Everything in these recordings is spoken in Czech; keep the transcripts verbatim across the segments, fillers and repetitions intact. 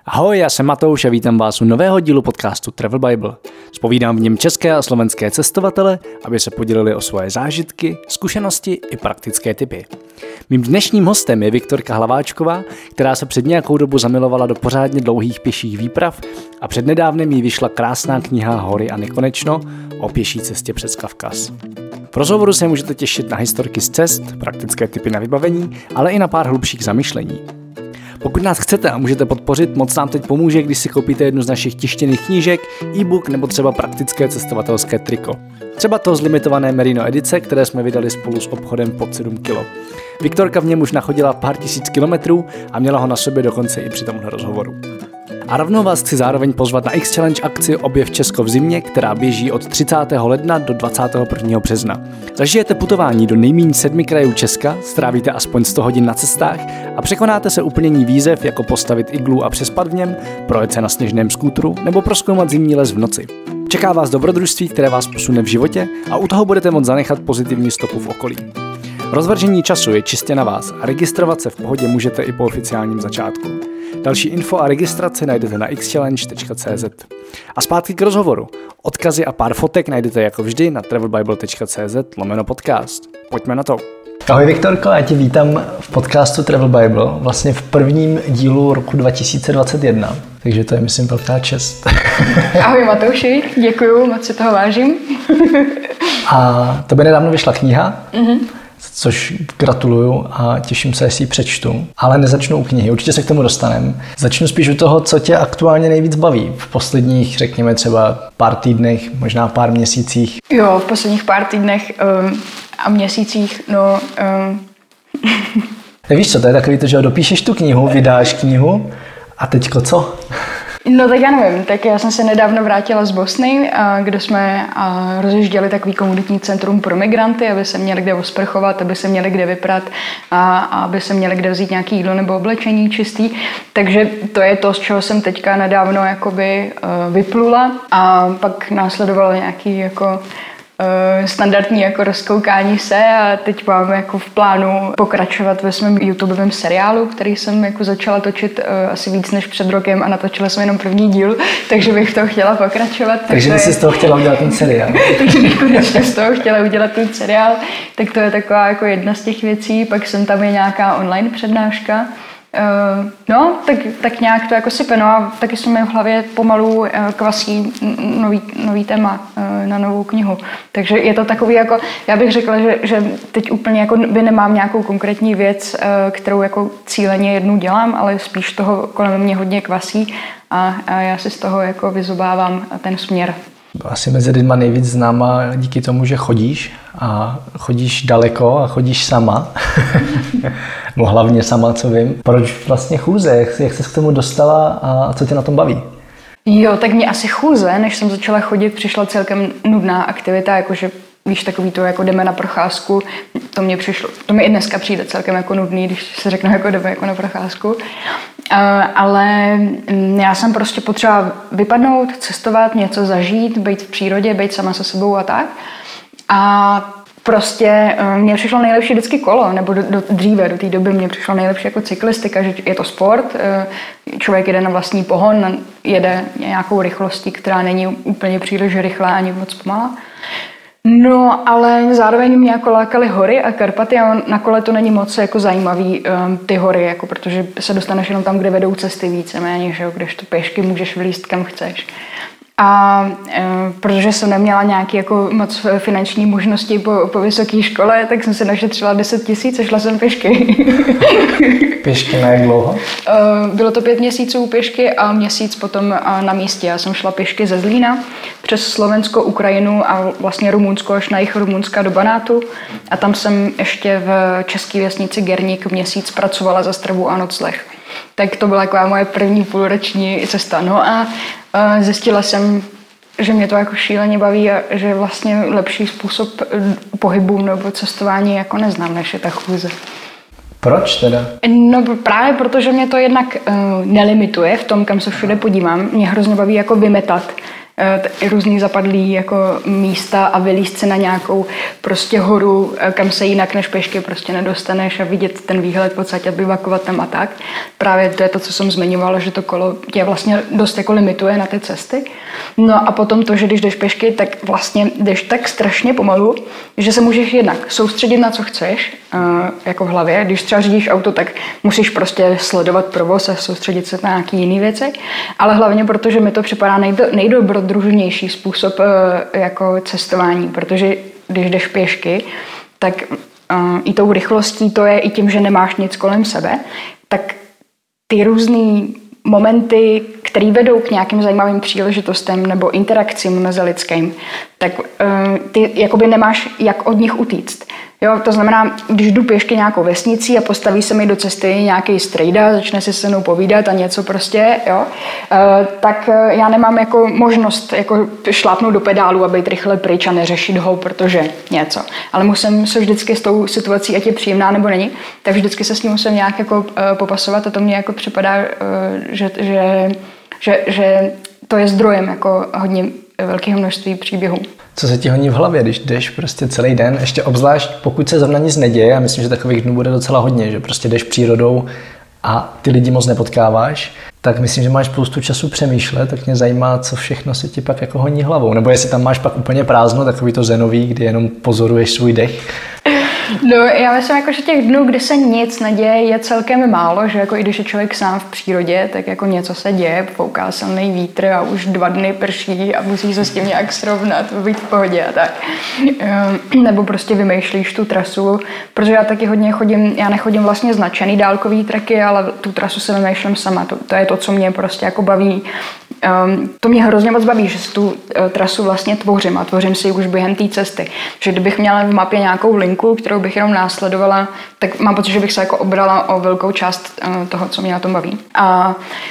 Ahoj, já jsem Matouš a vítám vás u nového dílu podcastu Travel Bible. Zpovídám v něm české a slovenské cestovatele, aby se podělili o svoje zážitky, zkušenosti i praktické tipy. Mým dnešním hostem je Viktorka Hlaváčková, která se před nějakou dobu zamilovala do pořádně dlouhých pěších výprav a přednedávnem jí vyšla krásná kniha Hory a nekonečno o pěší cestě přes Kavkaz. V rozhovoru se můžete těšit na historky z cest, praktické tipy na vybavení, ale i na pár hlubších zamyšlení. Pokud nás chcete a můžete podpořit, moc nám teď pomůže, když si koupíte jednu z našich tištěných knížek, e-book nebo třeba praktické cestovatelské triko. Třeba to z limitované Merino edice, které jsme vydali spolu s obchodem pod sedm kilo. Viktorka v něm už nachodila pár tisíc kilometrů a měla ho na sobě dokonce i při tomhle rozhovoru. A rovnou vás chci zároveň pozvat na X-Challenge akci Objev Česko v zimě, která běží od třicátého ledna do dvacátého prvního března. Zažijete putování do nejméně sedmi krajů Česka, strávíte aspoň sto hodin na cestách a překonáte se úplnění výzev jako postavit iglu a přespat v něm, projet se na sněžném skútru nebo prozkoumat zimní les v noci. Čeká vás dobrodružství, které vás posune v životě a u toho budete moct zanechat pozitivní stopu v okolí. Rozvržení času je čistě na vás a registrovat se v pohodě můžete i po oficiálním začátku. Další info a registraci najdete na x challenge tečka c z. A zpátky k rozhovoru. Odkazy a pár fotek najdete jako vždy na travelbible tečka c z lomeno podcast. Pojďme na to. Ahoj Viktorko, já tě vítám v podcastu Travel Bible, vlastně v prvním dílu roku dva tisíce dvacet jedna, takže to je, myslím, velká čest. Ahoj Matouši, děkuju, moc si toho vážím. A tobě nedávno vyšla kniha, mm-hmm. což gratuluju a těším se, jestli ji přečtu. Ale nezačnu u knihy, určitě se k tomu dostaneme. Začnu spíš u toho, co tě aktuálně nejvíc baví v posledních, řekněme třeba pár týdnech, možná pár měsících. Jo, v posledních pár týdnech um, a měsících, no... Um... Víš co, to je takový to, že dopíšeš tu knihu, vydáš knihu a teďko co? No tak já nevím, tak já jsem se nedávno vrátila z Bosny, kde jsme rozjížděli takový komunitní centrum pro migranty, aby se měli kde osprchovat, aby se měli kde vyprat a aby se měli kde vzít nějaký jídlo nebo oblečení čistý. Takže to je to, z čeho jsem teďka nedávno jakoby vyplula a pak následovalo nějaký jako standardní jako rozkoukání se a teď mám jako v plánu pokračovat ve svém YouTubeovém seriálu, který jsem jako začala točit uh, asi víc než před rokem a natočila jsem jenom první díl, takže bych to chtěla pokračovat. Takže bys si z toho chtěla udělat ten seriál. Takže bych konečně z toho chtěla udělat ten seriál, tak to je taková jako jedna z těch věcí, pak jsem tam je nějaká online přednáška. Uh, no, tak, tak nějak to jako sype, no a taky se mi v hlavě pomalu uh, kvasí nový, nový téma uh, na novou knihu. Takže je to takový jako, já bych řekla, že, že teď úplně jako by nemám nějakou konkrétní věc, uh, kterou jako cíleně jednu dělám, ale spíš toho kolem mě hodně kvasí a, a já si z toho jako vyzobávám ten směr. Asi mezi lidma nejvíc známa díky tomu, že chodíš a chodíš daleko a chodíš sama. No hlavně sama, co vím. Proč vlastně chůze? Jak, jak ses k tomu dostala a co tě na tom baví? Jo, tak mě asi chůze, než jsem začala chodit, přišla celkem nudná aktivita, jakože víš, takový to, jako jdeme na procházku, to mě přišlo, to mi i dneska přijde celkem jako nudný, když se řekne, jako jdeme jako na procházku. Uh, ale já jsem prostě potřeba vypadnout, cestovat, něco zažít, být v přírodě, být sama se sebou a tak. A prostě mně přišlo nejlepší vždycky kolo, nebo do, do, dříve, do té doby mně přišlo nejlepší jako cyklistika, že je to sport, člověk jede na vlastní pohon, jede nějakou rychlostí, která není úplně příliš rychlá ani moc pomalá. No, ale zároveň mě jako lákaly hory a Karpaty a na kole to není moc jako zajímavý um, ty hory, jako protože se dostaneš jenom tam, kde vedou cesty víceméně, že jo, kdežto pěšky můžeš vylízt kam chceš. A e, protože jsem neměla nějaké jako moc finanční možnosti po, po vysoké škole, tak jsem si našetřila deset tisíc a šla jsem pěšky. Pěšky na jak dlouho? E, bylo to pět měsíců pěšky a měsíc potom na místě. Já jsem šla pěšky ze Zlína přes Slovensko, Ukrajinu a vlastně Rumunsko až na jih Rumunska do Banátu. A tam jsem ještě v české vesnici Gerník měsíc pracovala za stravu a nocleh. Tak to byla taková moje první půlroční cesta. No a uh, zjistila jsem, že mě to jako šíleně baví a že vlastně lepší způsob pohybu nebo cestování jako neznám, než je ta chůze. Proč teda? No právě proto, že mě to jednak uh, nelimituje v tom, kam se všude podívám. Mě hrozně baví jako vymetat t- různý zapadlý jako místa a vylízt se na nějakou prostě horu, kam se jinak než pěšky prostě nedostaneš a vidět ten výhled v podstatě, bivakovat tam a tak. Právě to je to, co jsem zmiňovala, že to kolo tě vlastně dost jako limituje na ty cesty. No a potom to, že když jdeš pěšky, tak vlastně jdeš tak strašně pomalu, že se můžeš jednak soustředit na co chceš, jako v hlavě. Když třeba řídíš auto, tak musíš prostě sledovat provoz a soustředit se na nějaké jiné věci, ale hlavně protože mi to připadá nejdo, nejdobrodružnější způsob jako cestování, protože když jdeš pěšky, tak i tou rychlostí to je i tím, že nemáš nic kolem sebe, tak ty různý momenty, které vedou k nějakým zajímavým příležitostem nebo interakcím mezilidským, tak uh, ty jakoby nemáš jak od nich utíct. Jo, to znamená, když jdu pěšky nějakou vesnicí a postaví se mi do cesty nějaký strejda, začne si se mnou povídat a něco prostě, jo, uh, tak uh, já nemám jako možnost jako šlápnout do pedálu a být rychle pryč a neřešit ho, protože něco. Ale musím se vždycky s tou situací, ať je příjemná nebo není, tak vždycky se s ním musím nějak jako uh, popasovat a to mně jako připadá, uh, že, že, že, že to je zdrojem jako hodně velkého množství příběhů. Co se ti honí v hlavě, když jdeš prostě celý den, ještě obzvlášť pokud se zrovna nic neděje, a myslím, že takových dnů bude docela hodně, že prostě jdeš přírodou a ty lidi moc nepotkáváš, tak myslím, že máš spoustu času přemýšlet, tak mě zajímá, co všechno se ti pak jako honí hlavou. Nebo jestli tam máš pak úplně prázdno, takový to zenový, kdy jenom pozoruješ svůj dech. No, já myslím, jako, že těch dnů, kdy se nic neděje, je celkem málo, že jako i když je člověk sám v přírodě, tak jako něco se děje, fouká silný vítr a už dva dny prší a musí se s tím nějak srovnat, být v pohodě a tak. Nebo prostě vymýšlíš tu trasu, protože já taky hodně chodím, já nechodím vlastně značený dálkový traky, ale tu trasu se vymýšlím sama, to, to je to, co mě prostě jako baví. Um, to mě hrozně moc baví, že si tu uh, trasu vlastně tvořím a tvořím si ji už během té cesty. Že kdybych měla v mapě nějakou linku, kterou bych jenom následovala, tak mám pocit, že bych se jako obrala o velkou část uh, toho, co mě na tom baví. A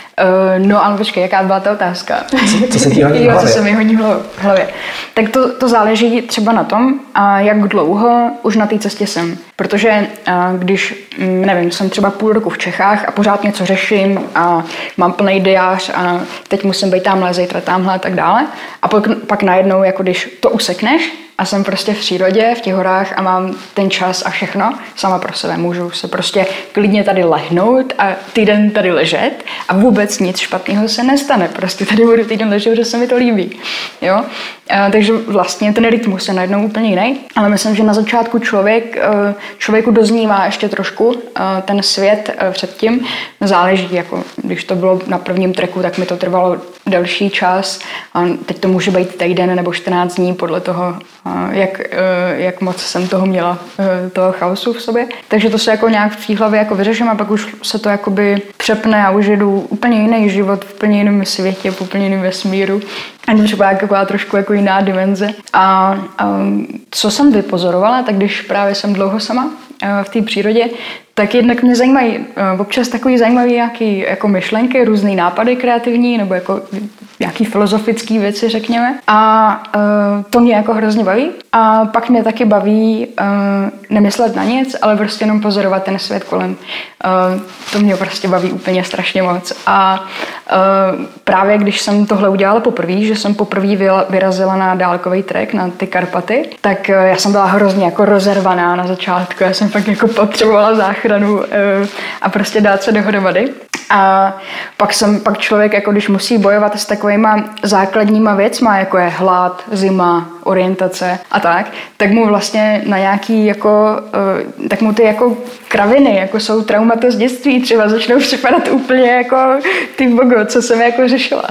uh, no ale počkej, jaká byla ta otázka? Co, co se ti hodí v hlavě? Jo, co se mi hodí v hlavě. Tak to, to záleží třeba na tom, a jak dlouho už na té cestě jsem. Protože uh, když, nevím, jsem třeba půl roku v Čechách a pořád něco řeším a mám plný diář a teď musím být tamhle, zítra tamhle a tak dále. A pak, pak najednou, jako když to usekneš a jsem prostě v přírodě, v těch horách a mám ten čas a všechno, sama pro sebe můžu se prostě klidně tady lehnout a týden tady ležet a vůbec nic špatného se nestane. Prostě tady budu týden ležet, že se mi to líbí. Jo? A, takže vlastně ten rytmus je najednou úplně jiný. Ale myslím, že na začátku člověk, člověku doznívá ještě trošku ten svět předtím. Záleží, jako když to bylo na prvním treku, tak mi to trvalo delší čas. A teď to může být týden nebo čtrnáct dní podle toho, jak, jak moc jsem toho měla, toho chaosu v sobě. Takže to se jako nějak v té hlavě jako vyřeším a pak už se to jakoby přepne a už jedu úplně jiný život v úplně jiném světě, v úplně jiném vesmíru. A to třeba taková trošku jako jiná dimenze. A, a co jsem vypozorovala, tak když právě jsem dlouho sama v té přírodě, tak jednak mě zajímají občas takový zajímavý nějaký jako myšlenky, různý nápady kreativní nebo jako nějaký filozofický věci, řekněme. A uh, to mě jako hrozně baví. A pak mě taky baví uh, nemyslet na nic, ale prostě jenom pozorovat ten svět kolem. Uh, to mě prostě baví úplně strašně moc. A uh, právě když jsem tohle udělala poprvé, že jsem poprvé vyrazila na dálkový trek, na ty Karpaty, tak uh, já jsem byla hrozně jako rozervaná na začátku. Já jsem fakt jako potřebovala záchranu uh, a prostě dát se dohromady. A pak, jsem, pak člověk, jako když musí bojovat s takovýma základníma věcma, jako je hlad, zima, orientace a tak, tak mu vlastně na nějaký jako, tak mu ty jako kraviny, jako jsou traumata z dětství, třeba začnou připadat úplně jako ty bogo, co jsem jako řešila.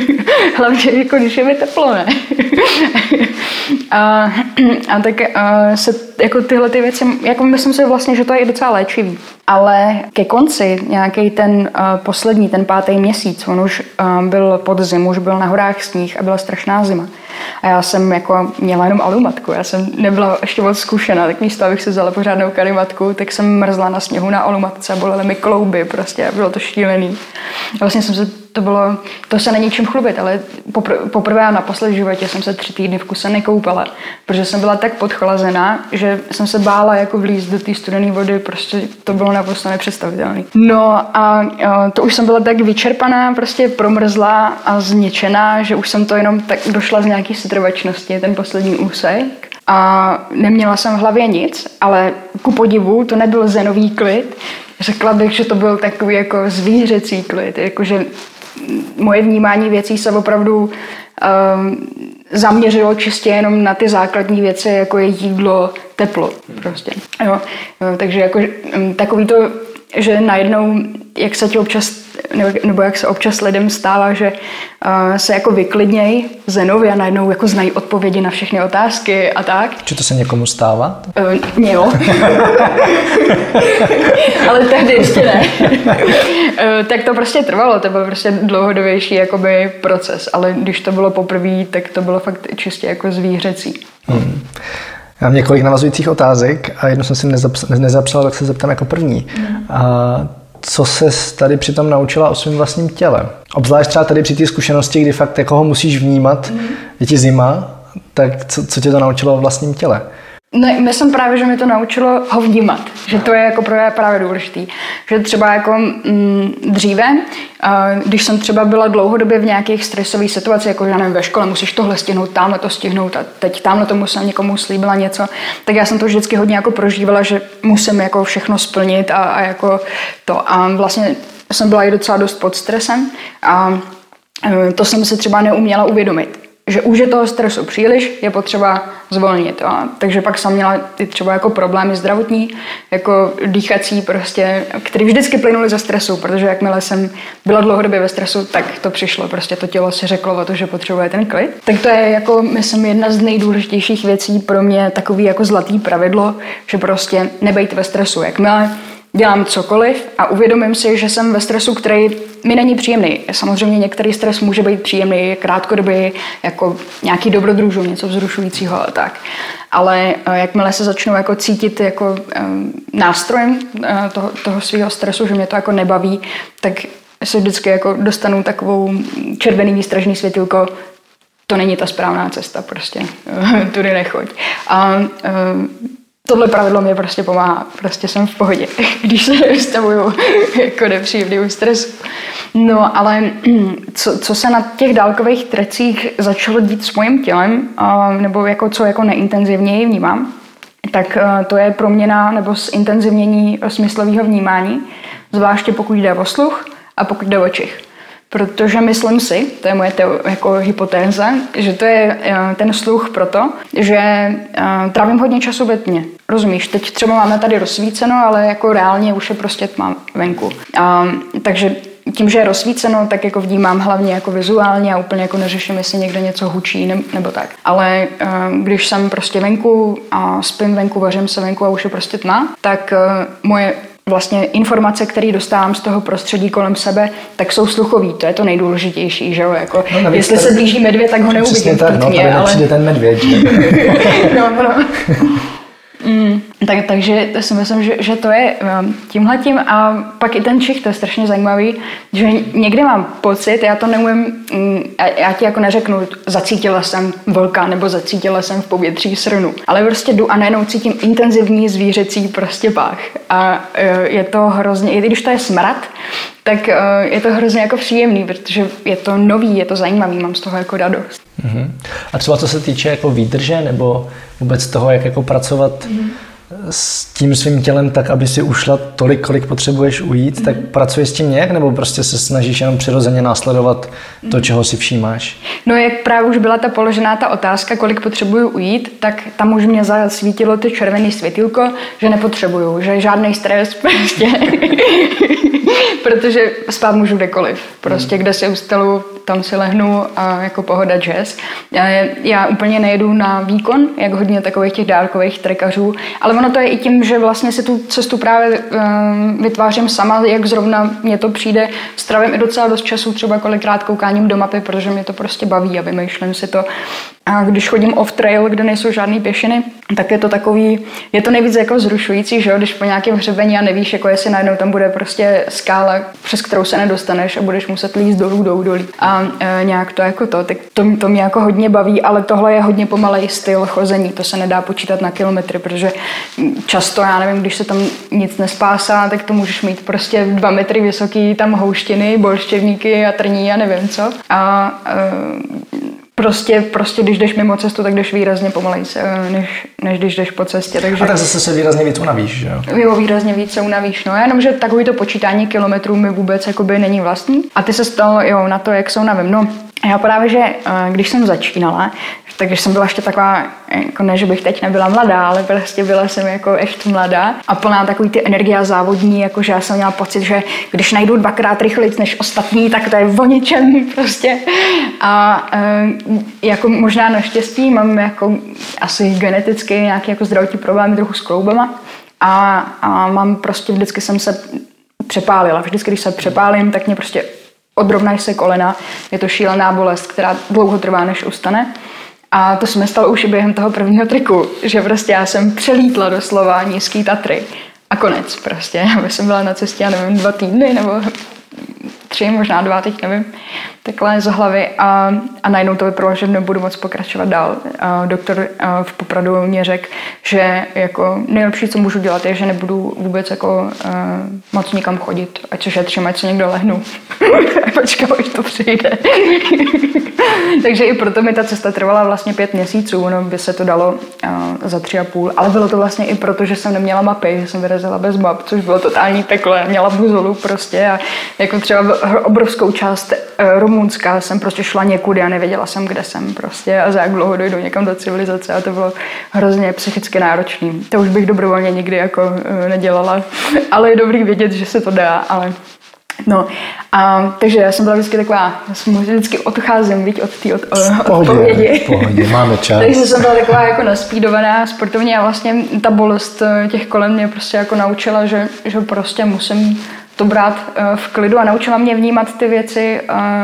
Hlavně jako když je mi teplo, ne? a, a tak a se jako tyhle ty věci, jako myslím si vlastně, že to je docela léčivý. Ale ke konci, nějaký ten uh, poslední, ten pátý měsíc, on už uh, byl podzim, už byl na horách sníh a byla strašná zima. A já jsem jako měla jenom alumatku, já jsem nebyla ještě moc zkušená, tak místo, abych si vzala pořádnou karimatku, tak jsem mrzla na sněhu na alumatce a bolely mi klouby prostě, bylo to šílený. A vlastně jsem se to bylo, to se není čím chlubit, ale popr- poprvé a naposled v životě jsem se tři týdny v kuse nekoupala, protože jsem byla tak podchlazená, že jsem se bála jako vlízt do té studené vody, prostě to bylo naprosto nepředstavitelné. No a, a to už jsem byla tak vyčerpaná, prostě promrzlá a zničená, že už jsem to jenom tak došla z nějaký setrvačnosti, ten poslední úsek. A neměla jsem v hlavě nic, ale ku podivu to nebyl zenový klid. Řekla bych, že to byl takový jako zvířecí klid, jakože moje vnímání věcí se opravdu um, zaměřilo čistě jenom na ty základní věci, jako je jídlo, teplo prostě. Jo. Takže jako, takový to, že najednou, jak se ti občas, nebo jak se občas lidem stává, že uh, se jako vyklidněj zenově a najednou jako znají odpovědi na všechny otázky a tak. Či to se někomu stává? Uh, jo. Ale tehdy ještě ne. uh, tak to prostě trvalo, to byl prostě dlouhodobější jakoby proces, ale když to bylo poprvé, tak to bylo fakt čistě jako zvířecí. Hmm. Já mám několik navazujících otázek a jednu jsem si nezapsal, nezapsal, tak se zeptám jako první. Hmm. A co ses tady přitom naučila o svém vlastním těle? Obzvlášť třeba tady při té zkušenosti, kdy fakt jako ho musíš vnímat, mm. je ti zima, tak co, co tě to naučilo o vlastním těle? Ne, myslím právě, že mi to naučilo ho vnímat, že to je jako právě důležitý. Že třeba jako mm, dříve, když jsem třeba byla dlouhodobě v nějakých stresových situacích, jako já nevím, ve škole musíš tohle stihnout, tamhle to stihnout a teď tamhle tomu jsem někomu slíbila něco, tak já jsem to vždycky hodně jako prožívala, že musím jako všechno splnit a, a jako to. A vlastně jsem byla i docela dost pod stresem a to jsem si třeba neuměla uvědomit. Že už je toho stresu příliš, je potřeba zvolnit. Jo. Takže pak jsem měla ty třeba jako problémy zdravotní, jako dýchací prostě, které vždycky plynuly ze stresu, protože jakmile jsem byla dlouhodobě ve stresu, tak to přišlo. Prostě to tělo si řeklo o to, že potřebuje ten klid. Tak to je jako, myslím, jedna z nejdůležitějších věcí pro mě, takový jako zlatý pravidlo, že prostě nebejte ve stresu. Jakmile dělám cokoliv a uvědomím si, že jsem ve stresu, který mi není příjemný. Samozřejmě některý stres může být příjemný, krátkodobý, jako nějaký dobrodružů, něco vzrušujícího a tak. Ale jakmile se začnu jako cítit jako um, nástrojem uh, toho, toho svého stresu, že mě to jako nebaví, tak se vždycky jako dostanu takovou červený výstražný světilko, to není ta správná cesta, prostě tudy nechoď. A uh, tohle pravidlo mě prostě pomáhá. Prostě jsem v pohodě, když se vystavuju jako nepříjemnému stresu. No, ale co, co se na těch dálkových trecích začalo dít s mojím tělem, nebo jako co jako neintenzivněji vnímám, tak to je proměna nebo zintenzivnění smyslového vnímání, zvláště pokud jde o sluch a pokud jde o čich. Protože myslím si, to je moje teo, jako hypotéza, že to je ten sluch proto, že trávím hodně času ve tmě. Rozumíš, teď třeba máme tady rozsvíceno, ale jako reálně už je prostě tma venku. A, takže tím, že je rozsvíceno, tak jako vnímám hlavně jako vizuálně a úplně jako neřeším, jestli někde něco hučí ne, nebo tak. Ale když jsem prostě venku a spím venku, vařím se venku a už je prostě tma, tak moje vlastně informace, které dostávám z toho prostředí kolem sebe, tak jsou sluchový. To je to nejdůležitější, že jo? Jako, no, jestli tady, se blíží medvěd, tak ho neuvidím. Tak, no, tady ale... nepřijde ten medvěd, že? no, no. Mm, tak, takže to si myslím, že, že to je tímhletím a pak i ten čich, to je strašně zajímavý, že někdy mám pocit, já to neumím, já ti jako neřeknu, zacítila jsem vlka nebo zacítila jsem v povětří srnu, ale prostě jdu a najednou cítím intenzivní zvířecí prostě pách a je to hrozně, i když to je smrad, tak je to hrozně jako příjemný, protože je to nový, je to zajímavý, mám z toho jako radost. Uh-huh. A třeba co se týče jako výdrže nebo vůbec toho, jak jako pracovat uh-huh. s tím svým tělem tak, aby si ušla tolik, kolik potřebuješ ujít, uh-huh. tak pracuješ s tím nějak nebo prostě se snažíš jenom přirozeně následovat uh-huh. to, čeho si všímáš? No jak právě už byla ta položená ta otázka, kolik potřebuju ujít, tak tam už mě zasvítilo to červené světýlko, že nepotřebuju, že žádný stres prostě. Protože spát můžu kdekoliv. Prostě kde si ustalu, tam si lehnu a jako pohoda jazz. Já, já úplně nejedu na výkon, jak hodně takových těch dálkových trekařů, ale ono to je i tím, že vlastně si tu cestu právě um, vytvářím sama, jak zrovna mně to přijde. Stravím i docela dost času, třeba kolikrát koukáním do mapy, protože mě to prostě baví a vymýšlím si to. A když chodím off trail, kde nejsou žádný pěšiny, tak je to takový, je to nejvíc jako vzrušující, že jo, když po nějakém hřebení a nevíš, jako jestli najednou tam bude prostě skála, přes kterou se nedostaneš a budeš muset líst dolů do údolí. A e, nějak to jako to, tak to, to mě jako hodně baví, ale tohle je hodně pomalej styl chození, to se nedá počítat na kilometry, protože často, já nevím, když se tam nic nespásá, tak to můžeš mít prostě dva metry vysoký tam houštiny, bolštěvníky a trní a nevím co. A e, Prostě, prostě, když jdeš mimo cestu, tak jdeš výrazně pomalej, než, než když jdeš po cestě. Takže... A tak zase se výrazně víc unavíš, že jo? Jo, výrazně víc se unavíš, no. Jenomže takový to počítání kilometrů mi vůbec jakoby není vlastní. A ty se stal, jo, na to, jak se unavím. No, já právě, že když jsem začínala, takže jsem byla ještě taková, jako ne, že bych teď nebyla mladá, ale prostě byla jsem jako ještě mladá a plná takový ty energie a závodní, jakože já jsem měla pocit, že když najdu dvakrát rychlejc než ostatní, tak to je o ničem prostě. A jako možná naštěstí mám jako asi geneticky nějaký jako zdravotní problémy trochu s kloubama a, a mám prostě vždycky jsem se přepálila. Vždycky, když se přepálím, tak mě prostě odrovnají se kolena. Je to šílená bolest, která dlouho trvá, než ustane. A to se mi stalo už i během toho prvního triku, že prostě já jsem přelítla doslova nízký Tatry a konec prostě. Já jsem byla na cestě, já nevím, dva týdny nebo tři, možná dva, teď nevím, takhle z hlavy a, a najednou to vypadalo, že nebudu moc pokračovat dál. A doktor a v Popradu mě řekl, že jako nejlepší, co můžu dělat, je, že nebudu vůbec jako uh, moc nikam chodit, ať se šetřím, ať se někdo lehnu. Počkám, až to přijde. Takže i proto mi ta cesta trvala vlastně pět měsíců, no by se to dalo uh, za tři a půl, ale bylo to vlastně i proto, že jsem neměla mapy, že jsem vyrazila bez map, což bylo totální peklo. Já měla buzolu prostě a jako třeba obrovskou část uh, Rumunska jsem prostě šla někudy a nevěděla jsem, kde jsem prostě a za jak dlouho dojdu někam do civilizace a to bylo hrozně psychicky náročný. To už bych dobrovolně nikdy jako uh, nedělala, ale je dobrý vědět, že se to dá, ale no, a, takže já jsem byla vždycky taková, já jsem vždycky odcházím, víc od té od, od, odpovědi. V pohodě, máme čas. Takže jsem byla taková jako naspídovaná sportovně a vlastně ta bolest těch kolem mě prostě jako naučila, že, že prostě musím to brát v klidu a naučila mě vnímat ty věci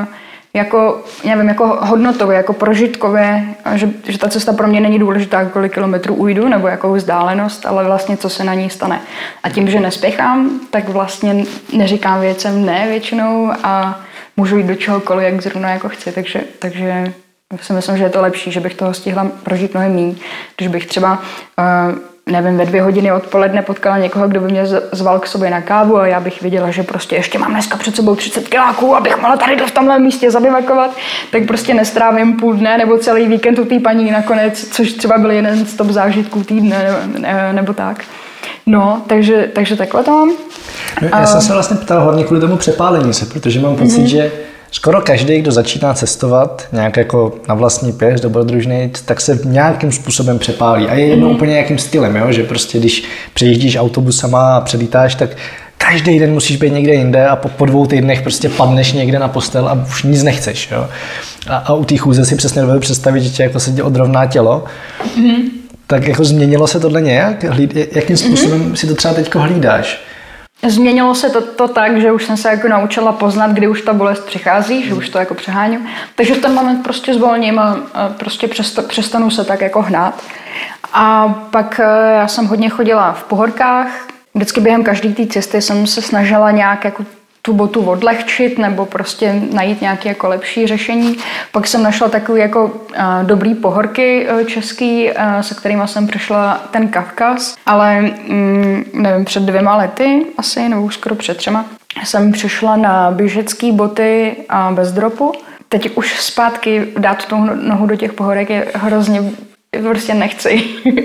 jako, nevím, jako hodnotově, jako prožitkově, že, že ta cesta pro mě není důležitá, kolik kilometrů ujdu nebo jakou vzdálenost, ale vlastně co se na ní stane. A tím, že nespěchám, tak vlastně neříkám věcem ne většinou a můžu jít do čehokoliv, jak zrovna jako chci, takže, takže si myslím, že je to lepší, že bych toho stihla prožít mnohem méně. Když bych třeba uh, nevím, ve dvě hodiny odpoledne potkala někoho, kdo by mě zval k sobě na kávu a já bych viděla, že prostě ještě mám dneska před sebou třicet kiláků, abych mohla tady v tomhle místě zabivakovat, tak prostě nestrávím půl dne nebo celý víkend u té paní nakonec, což třeba byl jeden z top zážitků týdne nebo, ne, nebo tak. No, takže, takže takhle to mám. No, já jsem se vlastně ptal hlavně kvůli tomu přepálení se, protože mám pocit, mm-hmm. že skoro každý, kdo začíná cestovat nějak jako na vlastní pěš, dobrodružný, tak se nějakým způsobem přepálí. A je jedno mm. úplně jakým stylem, jo? Že prostě když přejíždíš autobusama a přelítáš, tak každý den musíš být někde jinde a po, po dvou týdnech prostě padneš někde na postel a už nic nechceš. Jo? A, a u té chůze si přesně dovedu představit, že tě jako se odrovná tělo. Mm. Tak jako změnilo se tohle nějak? Hlíd, jakým způsobem mm. si to třeba teďko hlídáš? Změnilo se to, to tak, že už jsem se jako naučila poznat, kdy už ta bolest přichází, že už to jako přeháním. Takže v ten moment prostě zvolním a, a prostě přestanu se tak jako hnát. A pak já jsem hodně chodila v pohorkách. Vždycky během každé té cesty jsem se snažila nějak jako tu botu odlehčit nebo prostě najít nějaké jako lepší řešení. Pak jsem našla takový jako uh, dobrý pohorky uh, český, uh, se kterými jsem přešla ten Kavkaz, ale um, nevím, před dvěma lety asi, nebo už skoro před třema, jsem přešla na běžecký boty uh, bez dropu. Teď už zpátky dát tu nohu do těch pohorek je hrozně prostě nechci.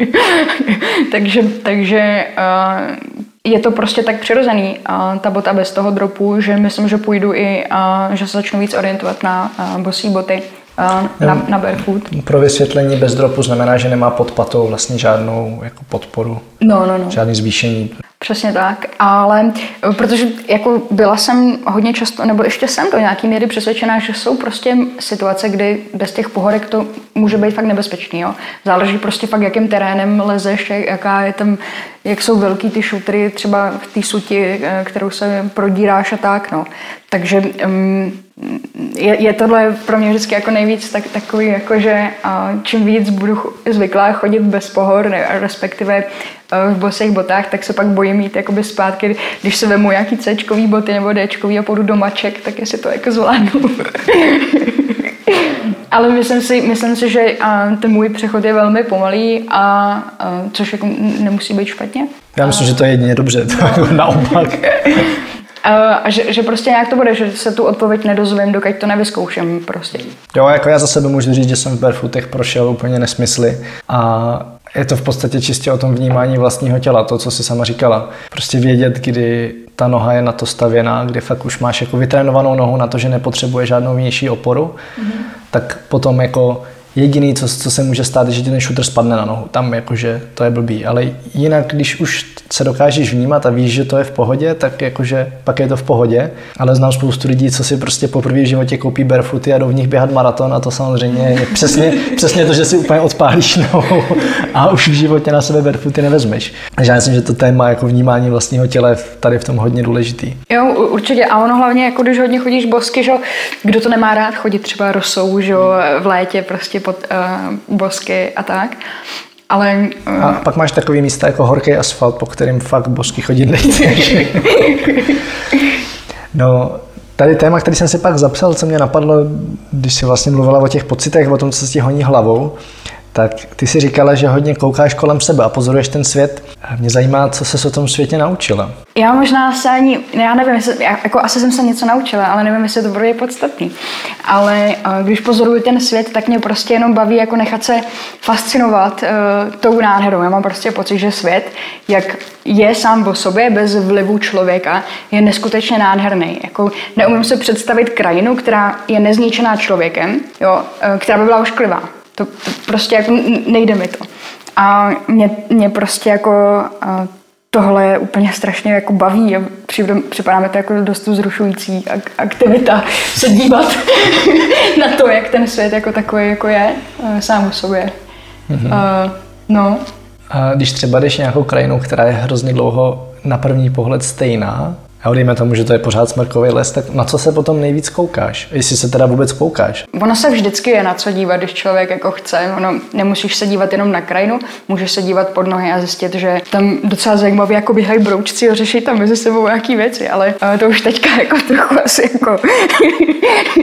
takže takže uh, je to prostě tak přirozený, a ta bota bez toho dropu, že myslím, že půjdu i, a, že se začnu víc orientovat na a, bosí boty, a, na, na barefoot. Pro vysvětlení bez dropu znamená, že nemá pod patou vlastně žádnou jako podporu, no, no, no. žádný zvýšení. Přesně tak, ale protože jako byla jsem hodně často, nebo ještě jsem do nějaký míry přesvědčená, že jsou prostě situace, kdy bez těch pohorek to může být fakt nebezpečný. Jo? Záleží prostě fakt, jakým terénem lezeš, jaká je tam, jak jsou velký ty šutry, třeba v té suti, kterou se prodíráš a tak. No. Takže um, je, je tohle pro mě vždycky jako nejvíc tak, takový, jako že uh, čím víc budu zvyklá chodit bez pohor, ne, respektive uh, v bosých botách, tak se pak bojím mít jakoby zpátky, když se vemu nějaký C-čkový boty nebo D-čkový a půjdu do maček, tak jestli to jako zvládnu. Ale myslím si, myslím si, že uh, ten můj přechod je velmi pomalý, a uh, což jako nemusí být špatně. Já myslím, že to je jedině dobře, to jako naopak. A že, že prostě nějak to bude, že se tu odpověď nedozvím, dokud to nevyzkouším prostě. Jo, jako já za sebe můžu říct, že jsem v barefootech prošel úplně nesmysly a je to v podstatě čistě o tom vnímání vlastního těla, to, co jsi sama říkala. Prostě vědět, kdy ta noha je na to stavěná, kdy fakt už máš jako vytrénovanou nohu na to, že nepotřebuje žádnou vnější oporu, mm-hmm. tak potom jako jediný, co, co se může stát, je, že ti ten shooter spadne na nohu. Tam jakože to je blbý. Ale jinak, když už se dokážeš vnímat a víš, že to je v pohodě, tak jakože pak je to v pohodě. Ale znám spoustu lidí, co si prostě poprvé v životě koupí barefooty a jdou v nich běhat maraton, a to samozřejmě je přesně, přesně to, že si úplně odpálíš nohu a už v životě na sebe barefooty nevezmeš. Takže já myslím, že to téma jako vnímání vlastního těla je tady v tom hodně důležitý. Jo, určitě. A ono hlavně, jako když hodně chodíš bosky, že kdo to nemá rád chodit třeba rosou, že v létě prostě pod uh, bosky a tak. Ale, uh... A pak máš takový místa jako horký asfalt, po kterým fakt bosky chodit nechceš. No, tady téma, který jsem si pak zapsal, co mě napadlo, když jsi vlastně mluvila o těch pocitech, o tom, co se ti honí hlavou, tak ty si říkala, že hodně koukáš kolem sebe a pozoruješ ten svět. Mě zajímá, co ses o tom světě naučila. Já možná se ani, já nevím, jestli, jako asi jsem se něco naučila, ale nevím, jestli to bude podstatný. Ale když pozoruju ten svět, tak mě prostě jenom baví jako nechat se fascinovat uh, tou nádherou. Já mám prostě pocit, že svět, jak je sám o sobě, bez vlivu člověka, je neskutečně nádherný. Jako neumím se představit krajinu, která je nezničená člověkem, jo, uh, která by byla ošklivá. To, to prostě jako nejde mi to. A mě, mě prostě jako uh, tohle úplně strašně jako baví a připadá mi to jako dost vzrušující aktivita se dívat na to, jak ten svět jako takový jako je sám o sobě. Mm-hmm. Uh, no. A když třeba jdeš nějakou krajinou, která je hrozně dlouho na první pohled stejná, a dejme tomu, že to je pořád smrkový les, tak na co se potom nejvíc koukáš? Jestli se teda vůbec koukáš? Ono se vždycky je na co dívat, když člověk jako chce. Ono, nemusíš se dívat jenom na krajinu, můžeš se dívat pod nohy a zjistit, že tam docela zajímavě jako běhají broučci a řeší tam mezi sebou nějaký věci, ale uh, to už teďka jako trochu asi jako... uh,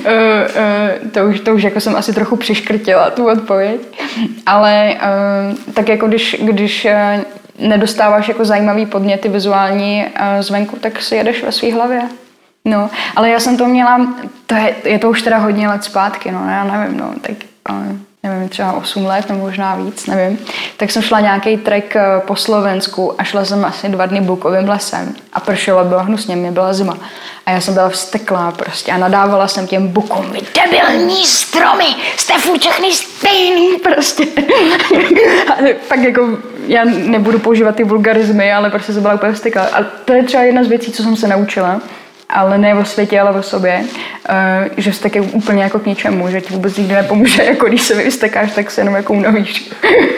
uh, to, už, to už jako jsem asi trochu přiškrtila tu odpověď. Ale uh, tak jako když... když uh, nedostáváš jako zajímavý podněty vizuální zvenku, tak si jedeš ve své hlavě. No, ale já jsem to měla, to je, je to už teda hodně let zpátky, no, já nevím, no, tak nevím, třeba osm let nebo možná víc, nevím. Tak jsem šla nějaký trek po Slovensku a šla jsem asi dva dny bukovým lesem a pršelo, bylo hnusně, mě byla zima. A já jsem byla vzteklá prostě a nadávala jsem těm bukům, vy debilní stromy, jste furt všechny stejný prostě. A pak jako, já nebudu používat ty vulgarizmy, ale prostě jsem byla úplně vzteklá. A to je třeba jedna z věcí, co jsem se naučila, ale ne o světě, ale o sobě, uh, že vztek je úplně jako k ničemu, že ti vůbec nikdy nepomůže, jako když se vyvstekáš, tak se jenom jako unavíš.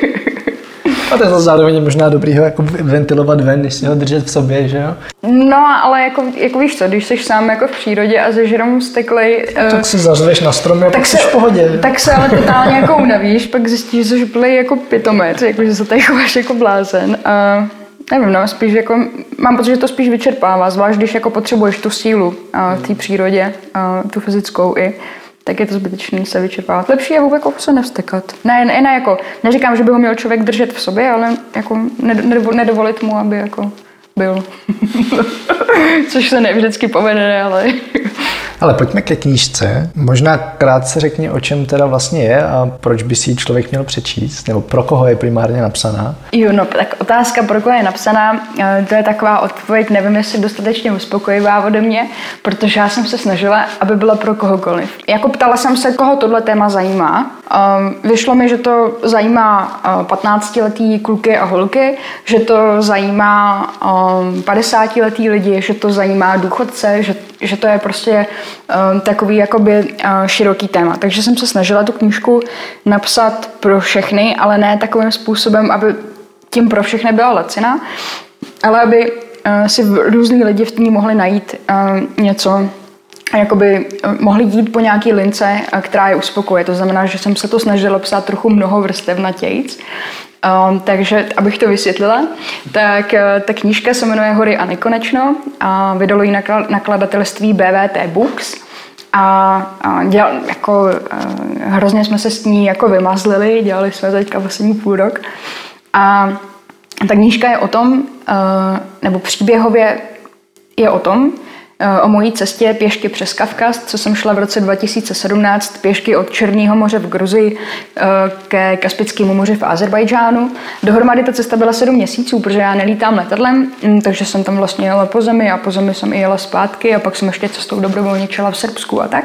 A to je zároveň možná dobrý ho jako ventilovat ven, než si ho držet v sobě, že jo? No, ale jako, jako víš co, když jsi sám jako v přírodě a jsi jenom vzteklej... Uh, tak si zařveš na stromy a pak jsi v pohodě. Tak se ale totálně jako unavíš, pak zjistíš, že jsi plej jako pitomet, jako že se tady chováš jako blázen. Uh, nevím, no, spíš jako, mám pocit, že to spíš vyčerpává, zvlášť když jako potřebuješ tu sílu uh, v té přírodě, uh, tu fyzickou i, tak je to zbytečný se vyčerpávat. Lepší je vůbec jako se nevstekat. Ne, ne, ne, jako, neříkám, že by ho měl člověk držet v sobě, ale jako nedovolit mu, aby jako byl. Což se ne vždycky povede, ale... Ale pojďme ke knížce. Možná krátce řekni, o čem teda vlastně je a proč by si ji člověk měl přečíst, nebo pro koho je primárně napsaná? Jo, no, tak otázka, pro koho je napsaná, to je taková odpověď, nevím, jestli dostatečně uspokojivá ode mě, protože já jsem se snažila, aby byla pro kohokoliv. Jako ptala jsem se, koho tohle téma zajímá. Vyšlo mi, že to zajímá patnáctiletý kluky a holky, že to zajímá padesátiletý lidi, že to zajímá důchodce, že, že to je prostě takový jakoby široký téma. Takže jsem se snažila tu knížku napsat pro všechny, ale ne takovým způsobem, aby tím pro všechny byla laciná, ale aby si různý lidi v ní mohli najít něco, jakoby mohli jít po nějaký lince, která je uspokoje. To znamená, že jsem se to snažila psát trochu mnoho vrstevnatějc. Um, takže, abych to vysvětlila, tak ta knížka se jmenuje Hory a nekonečno a vydalo ji nakladatelství B V T Books. A, a dělal, jako, uh, hrozně jsme se s ní jako vymazlili, dělali jsme teďka poslední půl rok. A ta knížka je o tom, uh, nebo příběhově je o tom, o mojí cestě pěšky přes Kavkaz, co jsem šla v roce dva tisíce sedmnáct pěšky od Černého moře v Gruzii ke Kaspickému moři v Azerbajdžánu. Dohromady ta cesta byla sedm měsíců, protože já nelítám letadlem, takže jsem tam vlastně jela po zemi a po zemi jsem i jela zpátky a pak jsem ještě cestou dobrovolničila v Srbsku a tak.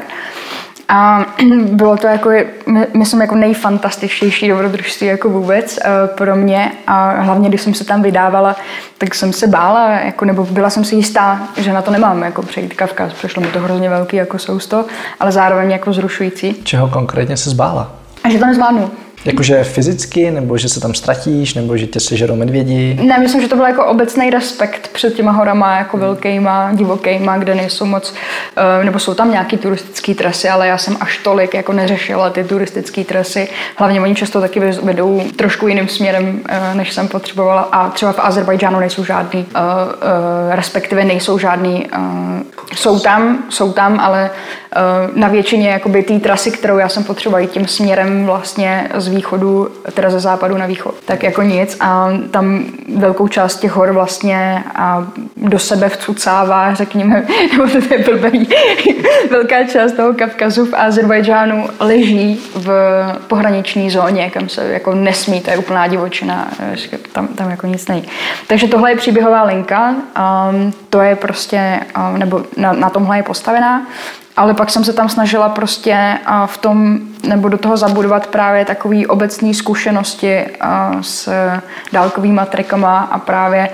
A bylo to jako, myslím, jako nejfantastičtější dobrodružství jako vůbec pro mě a hlavně, když jsem se tam vydávala, tak jsem se bála, jako, nebo byla jsem si jistá, že na to nemám jako přejít Kavkaz. Přišlo mi to hrozně velký jako sousto, ale zároveň jako zrušující. Čeho konkrétně se zbála? A že to nezvládnu. Jakože fyzicky, nebo že se tam ztratíš, nebo že tě sežerou medvědi? Ne, myslím, že to byl jako obecný respekt před těma horama, jako velkýma, divokýma, kde nejsou moc, nebo jsou tam nějaký turistické trasy, ale já jsem až tolik jako neřešila ty turistické trasy. Hlavně oni často taky vedou trošku jiným směrem, než jsem potřebovala. A třeba v Azerbajdžánu nejsou žádný, respektive nejsou žádný, jsou tam, jsou tam, ale na většině jakoby té trasy, kterou já jsem potřebovala tím směrem vlastně z východu, teda ze západu na východ, tak jako nic a tam velkou část těch hor vlastně a do sebe vcucává, řekněme, nebo to je blbý, velká část toho Kavkazu v Azerbajdžánu leží v pohraniční zóně, kam se jako nesmí, to je úplná divočina, tam, tam jako nic není. Takže tohle je příběhová linka, um, to je prostě, um, nebo na, na tomhle je postavená. Ale pak jsem se tam snažila prostě v tom, nebo do toho zabudovat právě takové obecné zkušenosti s dálkovýma trekama a právě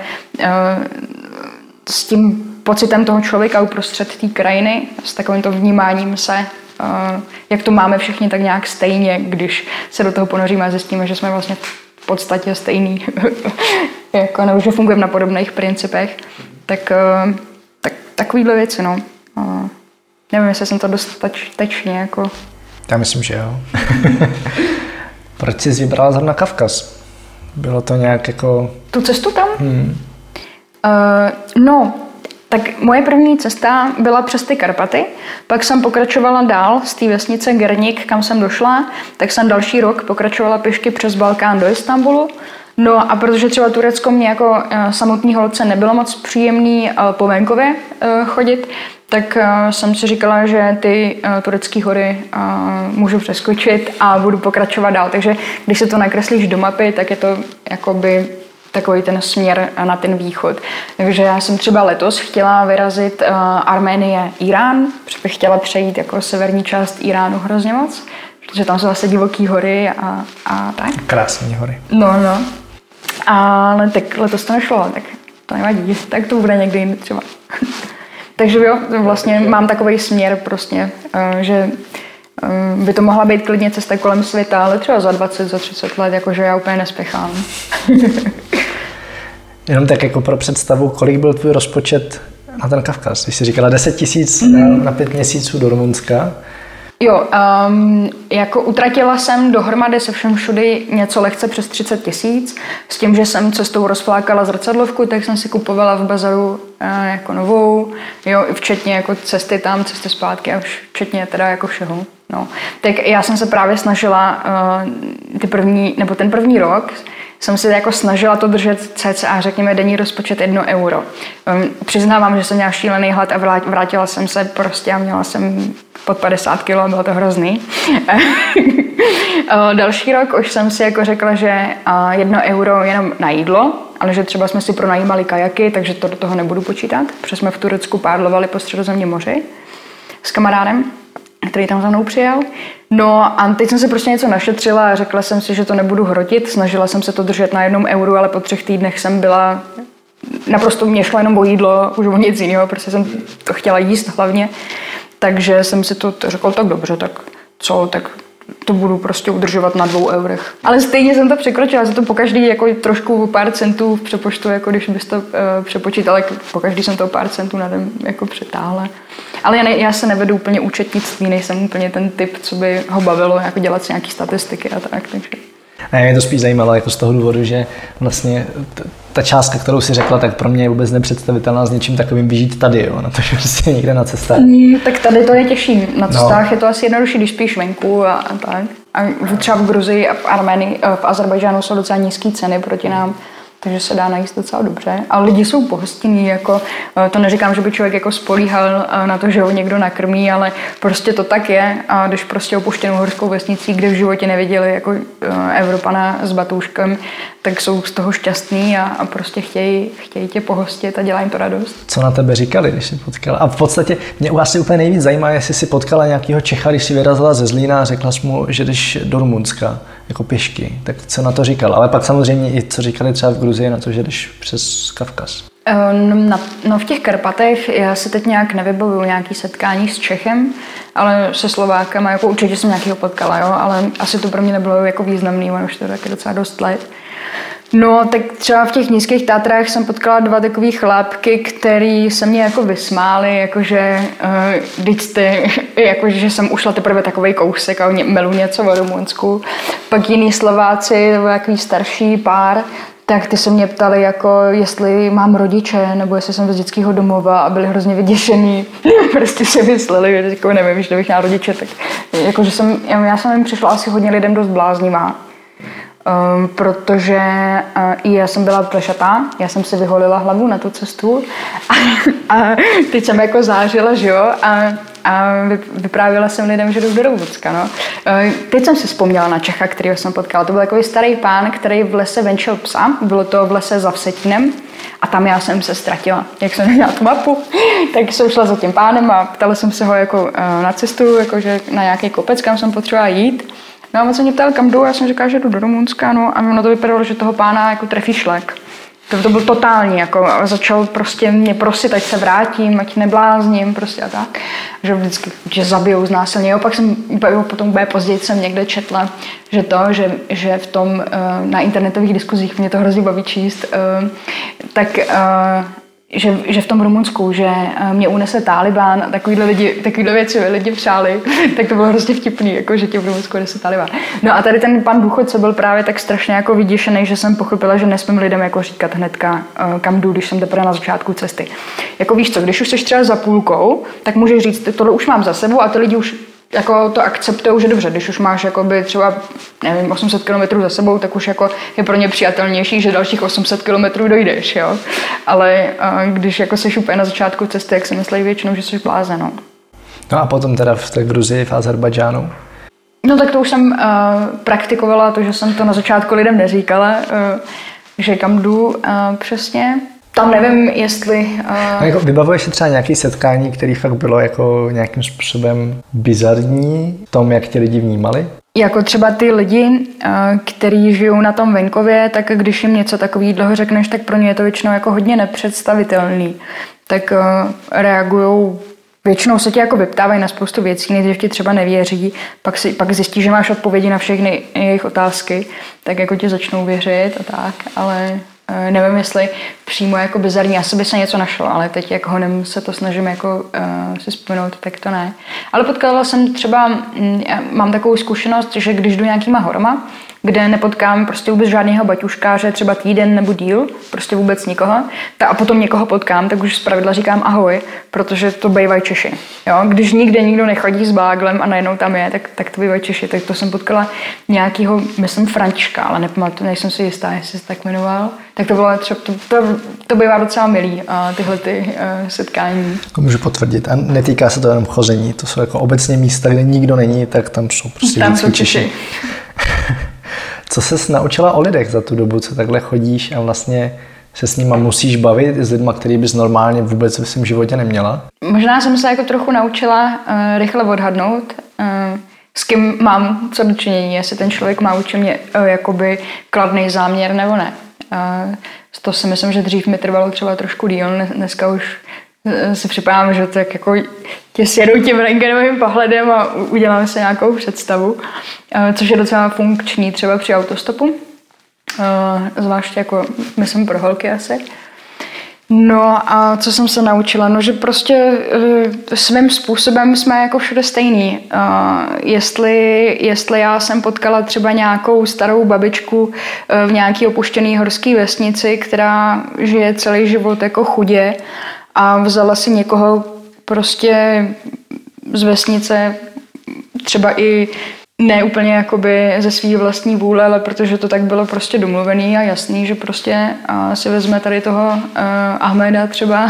s tím pocitem toho člověka uprostřed té krajiny, s takovýmto vnímáním se, jak to máme všichni tak nějak stejně, když se do toho ponoříme a zjistíme, že jsme vlastně v podstatě stejný, jako, nebo že fungujeme na podobných principech, tak, tak takovýhle věci, no. Nevím, jestli jsem to dostatečně jako... Já myslím, že jo. Proč jsi vybrala zrovna Kavkaz? Bylo to nějak jako... Tu cestu tam? Hmm. Uh, no, tak moje první cesta byla přes ty Karpaty, pak jsem pokračovala dál z té vesnice Gernik, kam jsem došla, tak jsem další rok pokračovala pěšky přes Balkán do Istanbulu. No a protože třeba Turecko mě jako uh, samotný holce nebylo moc příjemný uh, po venkově uh, chodit, tak uh, jsem si říkala, že ty uh, turecké hory uh, můžu přeskočit a budu pokračovat dál. Takže když se to nakreslíš do mapy, tak je to jakoby takový ten směr na ten východ. Takže já jsem třeba letos chtěla vyrazit uh, Arménie, Irán, protože bych chtěla přejít jako severní část Iránu hrozně moc, protože tam jsou zase divoký hory a, a tak. Krásné hory. No, no. Ale tak letos to nešlo, tak to nevadí, tak to bude někdy jiný třeba. Takže jo, vlastně mám takový směr prostě, že by to mohla být klidně cesta kolem světa, ale třeba za dvacet, za třicet let, jakože já úplně nespěchám. Jenom tak jako pro představu, kolik byl tvůj rozpočet na ten Kavkaz? Když jsi říkala deset tisíc mm. na pět měsíců do Rumunska. Jo, um, jako utratila jsem dohromady se všem všudy něco lehce přes třicet tisíc, s tím, že jsem cestou rozflákala zrcadlovku, tak jsem si kupovala v bazaru uh, jako novou, jo, včetně jako cesty tam, cesty zpátky a včetně teda jako všeho. No. Tak já jsem se právě snažila uh, ty první, nebo ten první rok, jsem si jako snažila to držet cca, řekněme, denní rozpočet jedno euro. Um, přiznávám, že jsem měla šílený hlad a vrátila jsem se prostě a měla jsem pod padesát kilo, bylo to hrozný. Další rok už jsem si jako řekla, že jedno euro jenom na jídlo, ale že třeba jsme si pronajímali kajaky, takže to do toho nebudu počítat, protože jsme v Turecku pádlovali po Středozemním moři s kamarádem, který tam za mnou přijel. No a teď jsem si prostě něco našetřila a řekla jsem si, že to nebudu hrotit. Snažila jsem se to držet na jednom euru, ale po třech týdnech jsem byla... Naprosto mě šlo jenom o jídlo, už o nic jiného, protože jsem to chtěla jíst hlavně. Takže jsem si to, to řekla, tak dobře, tak co, tak to budu prostě udržovat na dvou eurech. Ale stejně jsem to překročila, za to pokaždý jako trošku pár centů v přepočtu, jako když bys to uh, přepočítal, po každý jsem to pár centů na den jako přetáhla. Ale já, ne, já se nevedu úplně účetnictví, nejsem úplně ten typ, co by ho bavilo, jako dělat si nějaký statistiky a tak, takže... Ne, mě to spíš zajímalo jako z toho důvodu, že vlastně t- ta částka, kterou si řekla, tak pro mě je vůbec nepředstavitelná s něčím takovým vyžít tady, jo, na to, že prostě někde na cestách. Mm, tak tady to je těžší. Na cestách no. Je to asi jednodušší, když spíš venku a, a tak. A třeba v Gruzii a v Arménii, v Azerbajdžánu jsou docela nízké ceny proti nám, takže se dá najíst docela dobře. A lidi jsou pohostinní, jako, to neříkám, že by člověk jako spolíhal na to, že ho někdo nakrmí, ale prostě to tak je. A když prostě opuštěnou horskou vesnicí, kde v životě neviděli jako Evropana s batůžkem, tak jsou z toho šťastní a, a prostě chtějí, chtějí tě pohostit a dělá jim to radost. Co na tebe říkali, když jsi potkala? A v podstatě mě u asi úplně nejvíc zajímá, jestli jsi potkala nějakého Čecha, když jsi vyrazila ze Zlína a řekla jsi mu, že jdeš do Rumunska jako pěšky. Tak co na to říkal? Ale pak samozřejmě i co říkali třeba v Gruzii na to, že jdeš přes Kavkaz. No, no v těch Karpatech já se teď nějak nevybavuju nějaký setkání s Čechem, ale se Slovákama, jako určitě jsem nějakýho potkala, jo, ale asi to pro mě nebylo jako významný, ono už to taky docela dost let. No, tak třeba v těch nízkých Tátrách jsem potkala dva takový chlápky, který se mě jako vysmáli, jakože uh, teď jste, jakože že jsem ušla teprve takovej kousek a melu něco o Rumunsku. Pak jiný Slováci, to byl takový starší pár, tak ty se mě ptali, jako jestli mám rodiče, nebo jestli jsem z dětského domova a byli hrozně vyděšený. Prostě si mysleli, že jako nevím, že bych měla rodiče, tak jakože jsem, já jsem jim přišla asi hodně lidem dost bláznivá. Um, protože uh, i já jsem byla plešatá, já jsem si vyholila hlavu na tu cestu a, a teď jsem jako zářila, že jo, a, a vyprávěla jsem lidem, že jdu do Rumunska, no. Uh, teď jsem si vzpomněla na Čecha, kterýho jsem potkala, to byl takový starý pán, který v lese venčil psa, bylo to v lese za Vsetínem a tam já jsem se ztratila, jak jsem neměla tu mapu, tak jsem šla za tím pánem a ptala jsem se ho jako uh, na cestu, jakože na nějaký kopec, kam jsem potřebovala jít. No a on se mě ptal, kam jdu, já jsem říkala, že jdu do Rumunska, no a ono to vypadalo, že toho pána jako trefí šlek. To, to byl totální, jako a začal prostě mě prosit, ať se vrátím, ať neblázním, prostě a tak. Že vždycky, že zabijou znásilně. Pak jsem, potom bude později jsem někde četla, že to, že, že v tom, na internetových diskuzích, mě to hrozně baví číst, tak Že, že v tom Rumunsku, že mě unese Tálibán a takovýhle, lidi, takovýhle věci lidi přáli, tak to bylo hrozně vtipný, jako, že tě v Rumunsku unese Tálibán. No a tady ten pan důchodce byl právě tak strašně jako vyděšený, že jsem pochopila, že nesmím lidem jako říkat hnedka, kam jdu, když jsem teprve na začátku cesty. Jako víš co, když už jsi třeba za půlkou, tak můžeš říct, tohle už mám za sebou a ty lidi už jako to akceptují, že dobře, když už máš jakoby třeba, nevím, osm set kilometrů za sebou, tak už jako je pro ně přijatelnější, že dalších osm set kilometrů dojdeš, jo. Ale když jako seš úplně na začátku cesty, jak si myslí většinou, že jsi blázen, no. No a potom teda v té Gruzii, v Azerbajdžánu? No tak to už jsem uh, praktikovala, to, že jsem to na začátku lidem neříkala, uh, že kam jdu uh, přesně. Tam nevím, jestli... Uh... No, jako vybavuješ si třeba nějaké setkání, které fakt bylo jako nějakým způsobem bizarní v tom, jak tě lidi vnímali? Jako třeba ty lidi, uh, kteří žijou na tom venkově, tak když jim něco takového řekneš, tak pro ně je to většinou jako hodně nepředstavitelný. Tak uh, reagujou, většinou se tě jako vyptávají na spoustu věcí, nejdřív ti třeba nevěří, pak, si, pak zjistí, že máš odpovědi na všechny jejich otázky, tak jako ti začnou věřit a tak, ale... Nevím, jestli přímo jako bizarní, asi by se něco našlo, ale teď jak honem se to snažím jako uh, si vzpomenout, tak to ne. Ale potkala jsem třeba, m, mám takovou zkušenost, že když jdu nějakýma horama, kde nepotkám prostě vůbec žádného baťuškáře, třeba týden nebo díl, prostě vůbec nikoho, ta, a potom někoho potkám, tak už zpravidla říkám ahoj, protože to bývají Češi. Jo? Když nikde nikdo nechodí s báglem a najednou tam je, tak, tak to bývají Češi. Tak to jsem potkala nějakýho, myslím Františka, ale nepamatuji, nejsem si jistá, jestli se tak jmenoval. Tak to bylo třeba, to, to, to bývá docela milý, a tyhle ty uh, setkání. To můžu potvrdit. A netýká se to jenom chození, to jsou jako obecně místa, kde nikdo není, tak tam jsou prostě tam jsou Češi. Co ses naučila o lidech za tu dobu, co takhle chodíš a vlastně se s nima musíš bavit, s lidma, který bys normálně vůbec ve svém životě neměla? Možná jsem se jako trochu naučila uh, rychle odhadnout, uh, s kým mám co dočinění, jestli ten člověk má vůči mě uh, jakoby kladný záměr nebo ne. Uh, to si myslím, že dřív mi trvalo třeba trošku díl, dneska už si připadám, že tak jako tě sjedou tím rentgenovým pohledem a uděláme si nějakou představu, což je docela funkční třeba při autostopu, zvláště jako myslím pro holky asi. No a co jsem se naučila? No, že prostě uh, svým způsobem jsme jako všude stejný. Uh, jestli, jestli já jsem potkala třeba nějakou starou babičku uh, v nějaký opuštěný horský vesnici, která žije celý život jako chudě a vzala si někoho prostě z vesnice, třeba i ne úplně jakoby ze svý vlastní vůle, ale protože to tak bylo prostě domluvený a jasný, že prostě uh, si vezme tady toho uh, Ahmeda třeba.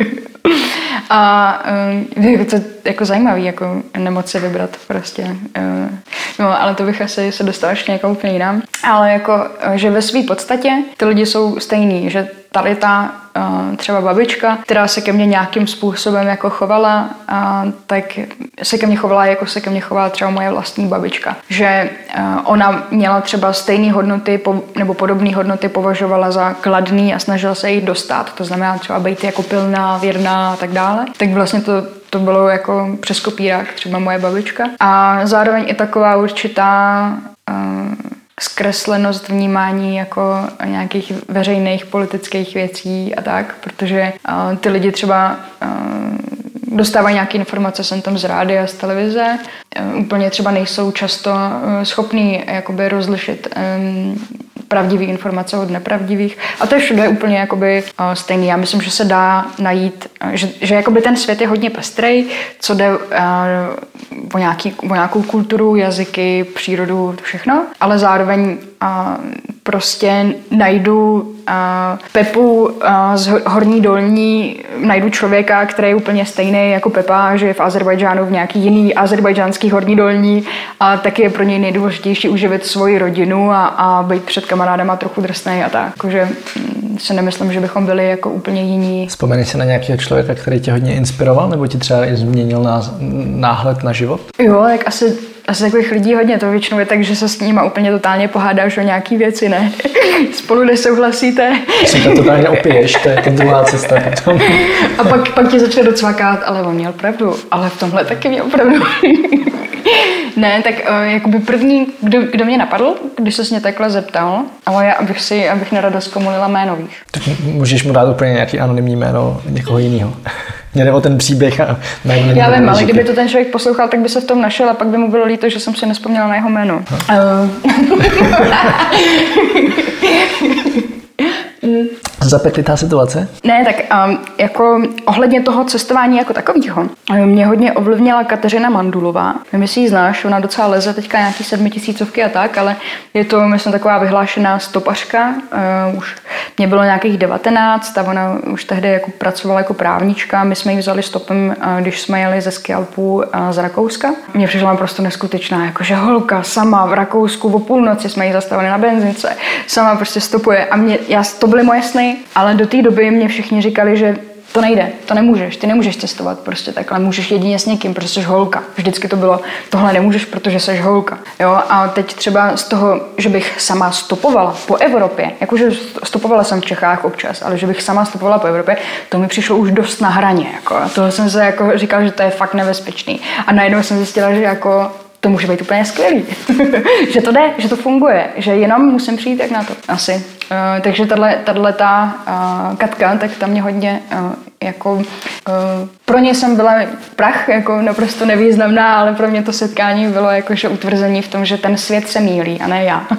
A uh, je to jako zajímavý, jako nemoc si vybrat prostě. Uh, no, ale to bych asi se dostala ještě někam úplně jinam. Ale jako, že ve své podstatě ty lidi jsou stejný, že tady ta uh, třeba babička, která se ke mně nějakým způsobem jako chovala, uh, tak se ke mně chovala, jako se ke mně chovala třeba moje vlastní babička. Že uh, ona měla třeba stejné hodnoty po, nebo podobné hodnoty považovala za kladný a snažila se jich dostat. To znamená třeba být jako pilná, věrná a tak dále. Tak vlastně to To bylo jako přes kopírák, třeba moje babička. A zároveň i taková určitá uh, zkreslenost vnímání jako nějakých veřejných politických věcí a tak, protože uh, ty lidi třeba uh, dostávají nějaké informace sem tam z rádia, z televize, uh, úplně třeba nejsou často uh, schopní jakoby rozlišit um, pravdivé informace od nepravdivých. A to je všude úplně jakoby uh, stejný. Já myslím, že se dá najít, uh, že, že jakoby ten svět je hodně pestrej, co jde uh, o, nějaký, o nějakou kulturu, jazyky, přírodu, všechno, ale zároveň uh, prostě najdu uh, Pepu uh, z Horní Dolní, najdu člověka, který je úplně stejný jako Pepa, že je v Azerbajdžánu v nějaký jiný azerbajdžánský Horní Dolní a taky je pro něj nejdůležitější uživit svoji rodinu a, a být před kamarádama trochu drsnej a tak. Jakože si nemyslím, že bychom byli jako úplně jiní. Vzpomeneš si na nějakého člověka, který tě hodně inspiroval nebo ti třeba i změnil náhled na život? Jo, tak asi Asi takových lidí hodně, to většinou je tak, že se s nima úplně totálně pohádáš o nějaký věci, ne? Spolu nesouhlasíte. Si to totálně opiješ, to je ta druhá cesta potom. A pak, pak ti začne docvakat, ale on měl pravdu, ale v tomhle taky měl pravdu. Ne, tak uh, jakoby první, kdo, kdo mě napadl, když se mě takhle zeptal, ale já, abych si, abych nerada zkomolila jméno, víš. Tak můžeš mu dát úplně nějaký anonymní jméno někoho jiného. Mě jde o ten příběh a na mě já vím, ale kdyby to ten člověk poslouchal, tak by se v tom našel a pak by mu bylo líto, že jsem si nespomněla na jeho jméno. Zapeklitá situace? Ne, tak um, jako ohledně toho cestování jako takového. Mě hodně ovlivnila Kateřina Mandulová. Nevím, jestli ji znáš, ona docela leze teďka nějaký sedmitisícovky a tak, ale je to, myslím, taková vyhlášená stopařka. Uh, už mě bylo nějakých devatenáct a ona už tehdy jako pracovala jako právnička. My jsme ji vzali stopem, uh, když jsme jeli ze ski Alpů uh, z Rakouska. Mně přišla prostě neskutečná, jakože holka sama v Rakousku o půlnoci jsme ji zastavili na benzince, sama prostě stopuje a mě, já, to byly moje sny, ale do té doby mě všichni říkali, že to nejde, to nemůžeš, ty nemůžeš cestovat prostě takhle, můžeš jedině s někým, protože jsi holka. Vždycky to bylo, tohle nemůžeš, protože jsi holka. Jo? A teď třeba z toho, že bych sama stopovala po Evropě, jakože stopovala jsem v Čechách občas, ale že bych sama stopovala po Evropě, to mi přišlo už dost na hraně. Jako. Tohle jsem se jako říkala, že to je fakt nebezpečný. A najednou jsem zjistila, že jako to může být úplně skvělý. Že to jde, že to funguje, že jenom musím přijít jak na to. Asi. Uh, takže tato ta uh, Katka, tak tam mě hodně uh, jako uh, pro ně jsem byla prach, jako naprosto nevýznamná, ale pro mě to setkání bylo jakože utvrzení v tom, že ten svět se mýlí a ne já.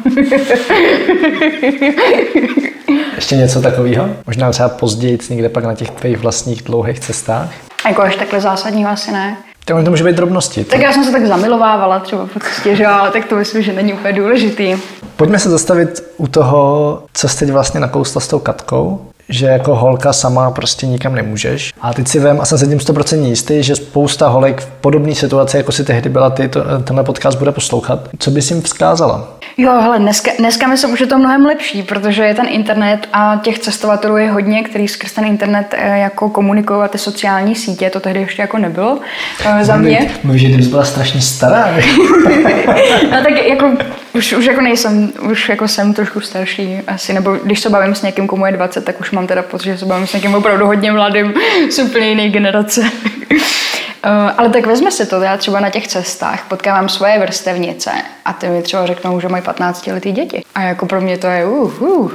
Ještě něco takového? Možná třeba později někde pak na těch tvých vlastních dlouhých cestách? Jako až takhle zásadního asi ne. Tak to může být drobnosti. Tak já jsem se tak zamilovávala třeba v cestě, že ale tak to myslím, že není úplně důležitý. Pojďme se zastavit u toho, co jsi teď vlastně nakousla s tou Katkou, že jako holka sama prostě nikam nemůžeš. A teď si vem, a jsem se tím sto procent jistý, že spousta holek v podobné situaci, jako si tehdy byla ty, to, tenhle podcast bude poslouchat. Co bys jim vzkázala? Jo, hele, dneska, dneska myslím, že to je mnohem lepší, protože je ten internet a těch cestovatelů je hodně, který skrz ten internet jako komunikují a ty sociální sítě, to tehdy ještě jako nebylo za mě. Mluvíš, že ty byla strašně stará. No tak jako už, už jako nejsem, už jako jsem trošku starší asi, nebo když se bavím s někým, komu je dvacet, tak už mám teda pocit, že se bavím s někým opravdu hodně mladým, z úplně jiné generace. Uh, ale tak vezme si to, já třeba na těch cestách potkávám svoje vrstevnice A ty mi třeba řeknou, že mají patnáctiletý děti. A jako pro mě to je uh, uh.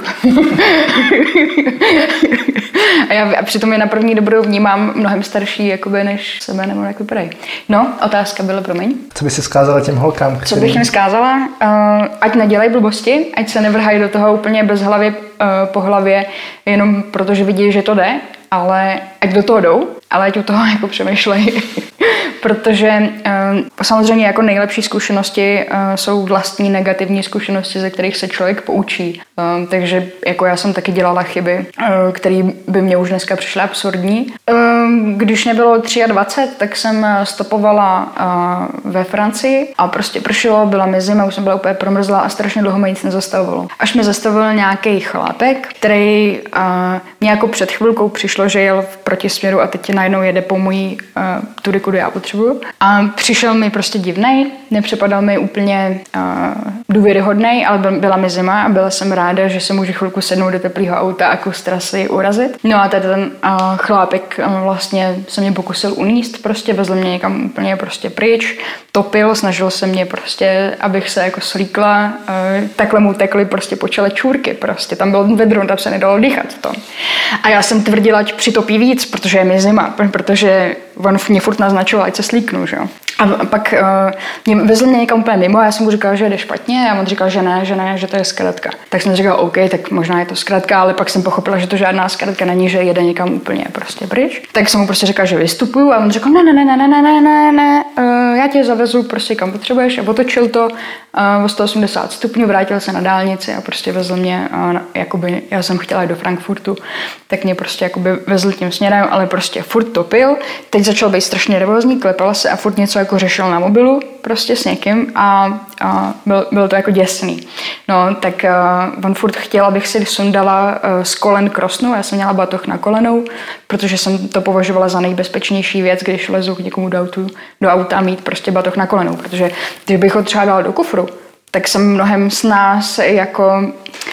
A já a přitom je na první dobrou vnímám mnohem starší jakoby, než sebe nebo jak vypadají. No, otázka byla, promiň. Co by si vzkázala těm holkám? Který... Co bych jim vzkázala? Uh, ať nedělají blbosti, ať se nevrhají do toho úplně bez hlavy uh, po hlavě, jenom protože vidí, že to jde, ale ať do toho jdou, ale ať u toho jako přemýšlejí. Protože uh, samozřejmě jako nejlepší zkušenosti uh, jsou vlastní negativní zkušenosti, ze kterých se člověk poučí. Uh, takže jako já jsem taky dělala chyby, uh, které by mě už dneska přišly absurdní. Uh, když mě bylo dvacet tři, tak jsem stopovala uh, ve Francii a prostě pršelo, byla mi zima, už jsem byla úplně promrzlá a strašně dlouho mě nic nezastavovalo. Až mi zastavil nějaký chlápek, který uh, mě jako před chvilkou přišlo, že jel v protisměru a teď najednou jede po mojí uh, tudy, kudy já potřebuju. A přišel mi prostě divnej, nepřipadal mi úplně uh, důvěryhodnej, ale byla mi zima a byla jsem ráda, že se můžu chvilku sednout do teplého auta a kus trasy urazit. No a tady ten uh, chlápek uh, vlastně se mě pokusil uníst, prostě vezl mě někam úplně prostě pryč, topil, snažil se mě prostě, abych se jako slíkla, uh, takhle mu tekly prostě po čele čůrky, prostě tam bylo vedro, tam se nedalo dýchat to. A já jsem tvrdila, ať přitopí víc, protože je mi zima, protože on mě furt naznačoval, ať se slíknu, že jo. A pak uh, mě vezl mě někam úplně mimo a já jsem mu říkal, že jde špatně a on říkal, že ne, že ne, že to je zkratka. Tak jsem říkal, OK, tak možná je to zkratka, ale pak jsem pochopila, že to žádná zkratka není, že jede někam úplně prostě pryč. Tak jsem mu prostě říkal, že vystupuju a on říkal, ne, ne, ne, ne, ne, ne, ne, ne, uh, já tě zavezu prostě kam potřebuješ a otočil to uh, o sto osmdesát stupňů, vrátil se na dálnici a prostě vezl mě, uh, jakoby, já jsem chtěla jít do Frankfurtu, tak mě prostě jakoby vezl tím směrem, ale prostě furt topil. Teď začal být strašně nervózní, klepala se a furt něco jako řešil na mobilu prostě s někým a, a byl, bylo to jako děsný. No, tak uh, on furt chtěl, abych si sundala uh, z kolen krosnu, já jsem měla batoh na kolenou, protože jsem to považovala za nejbezpečnější věc, když lezu k někomu do, autu, do auta a mít prostě batoh na kolenou, protože když bych ho třeba dala do kufru, tak jsem mnohem s nás jako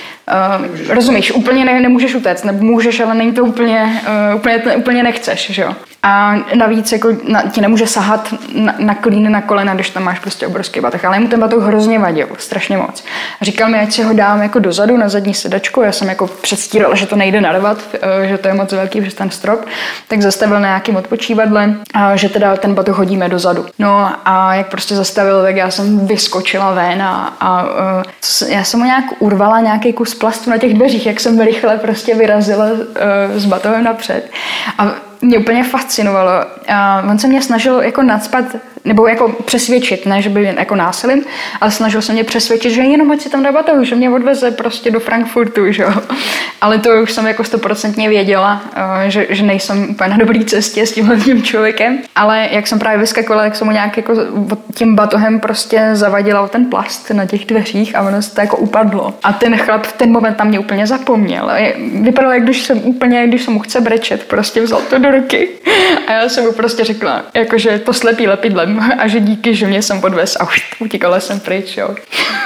Uh, rozumíš, úplně ne, nemůžeš utéct, nebo můžeš, ale není to úplně, uh, úplně, úplně nechceš, že jo. A navíc jako na, ti nemůže sahat na, na klíny, na kolena, když tam máš prostě obrovský batoh, ale mu ten batoh hrozně vadil, strašně moc. A říkal mi, ať si ho dám jako dozadu na zadní sedačku, já jsem jako předstírala, že to nejde narvat, uh, že to je moc velký přes ten strop, tak zastavil na nějakým odpočívadle, uh, že teda ten batoh hodíme dozadu. No a jak prostě zastavil, tak já jsem vyskočila ven a, a uh, já jsem mu nějak urvala nějaký kus plastu na těch dveřích, jak jsem rychle prostě vyrazila uh, s batohem napřed. A mě úplně fascinovalo. Uh, on se mě snažil jako nacpat, nebo jako přesvědčit, ne, že by jako násilím, ale snažil se mě přesvědčit, že jenom ať si tam dá batoh, že mě odveze prostě do Frankfurtu, že jo. Ale to už jsem jako stoprocentně věděla, uh, že, že nejsem úplně na dobré cestě s tímhle tím člověkem. Ale jak jsem právě vyskakovala, jak jsem mu nějak jako tím batohem prostě zavadila ten plast na těch dveřích a ono se to jako upadlo. A ten chlap v ten moment tam mě úplně zapomněl. Vypadalo, jak když jsem úplně, když jsem mu chce brečet, prostě vzal to do ruky. A já jsem mu prostě řekla, jakože to slepý lepidlem a že díky, že mě jsem odvez a už utíkala jsem pryč, jo.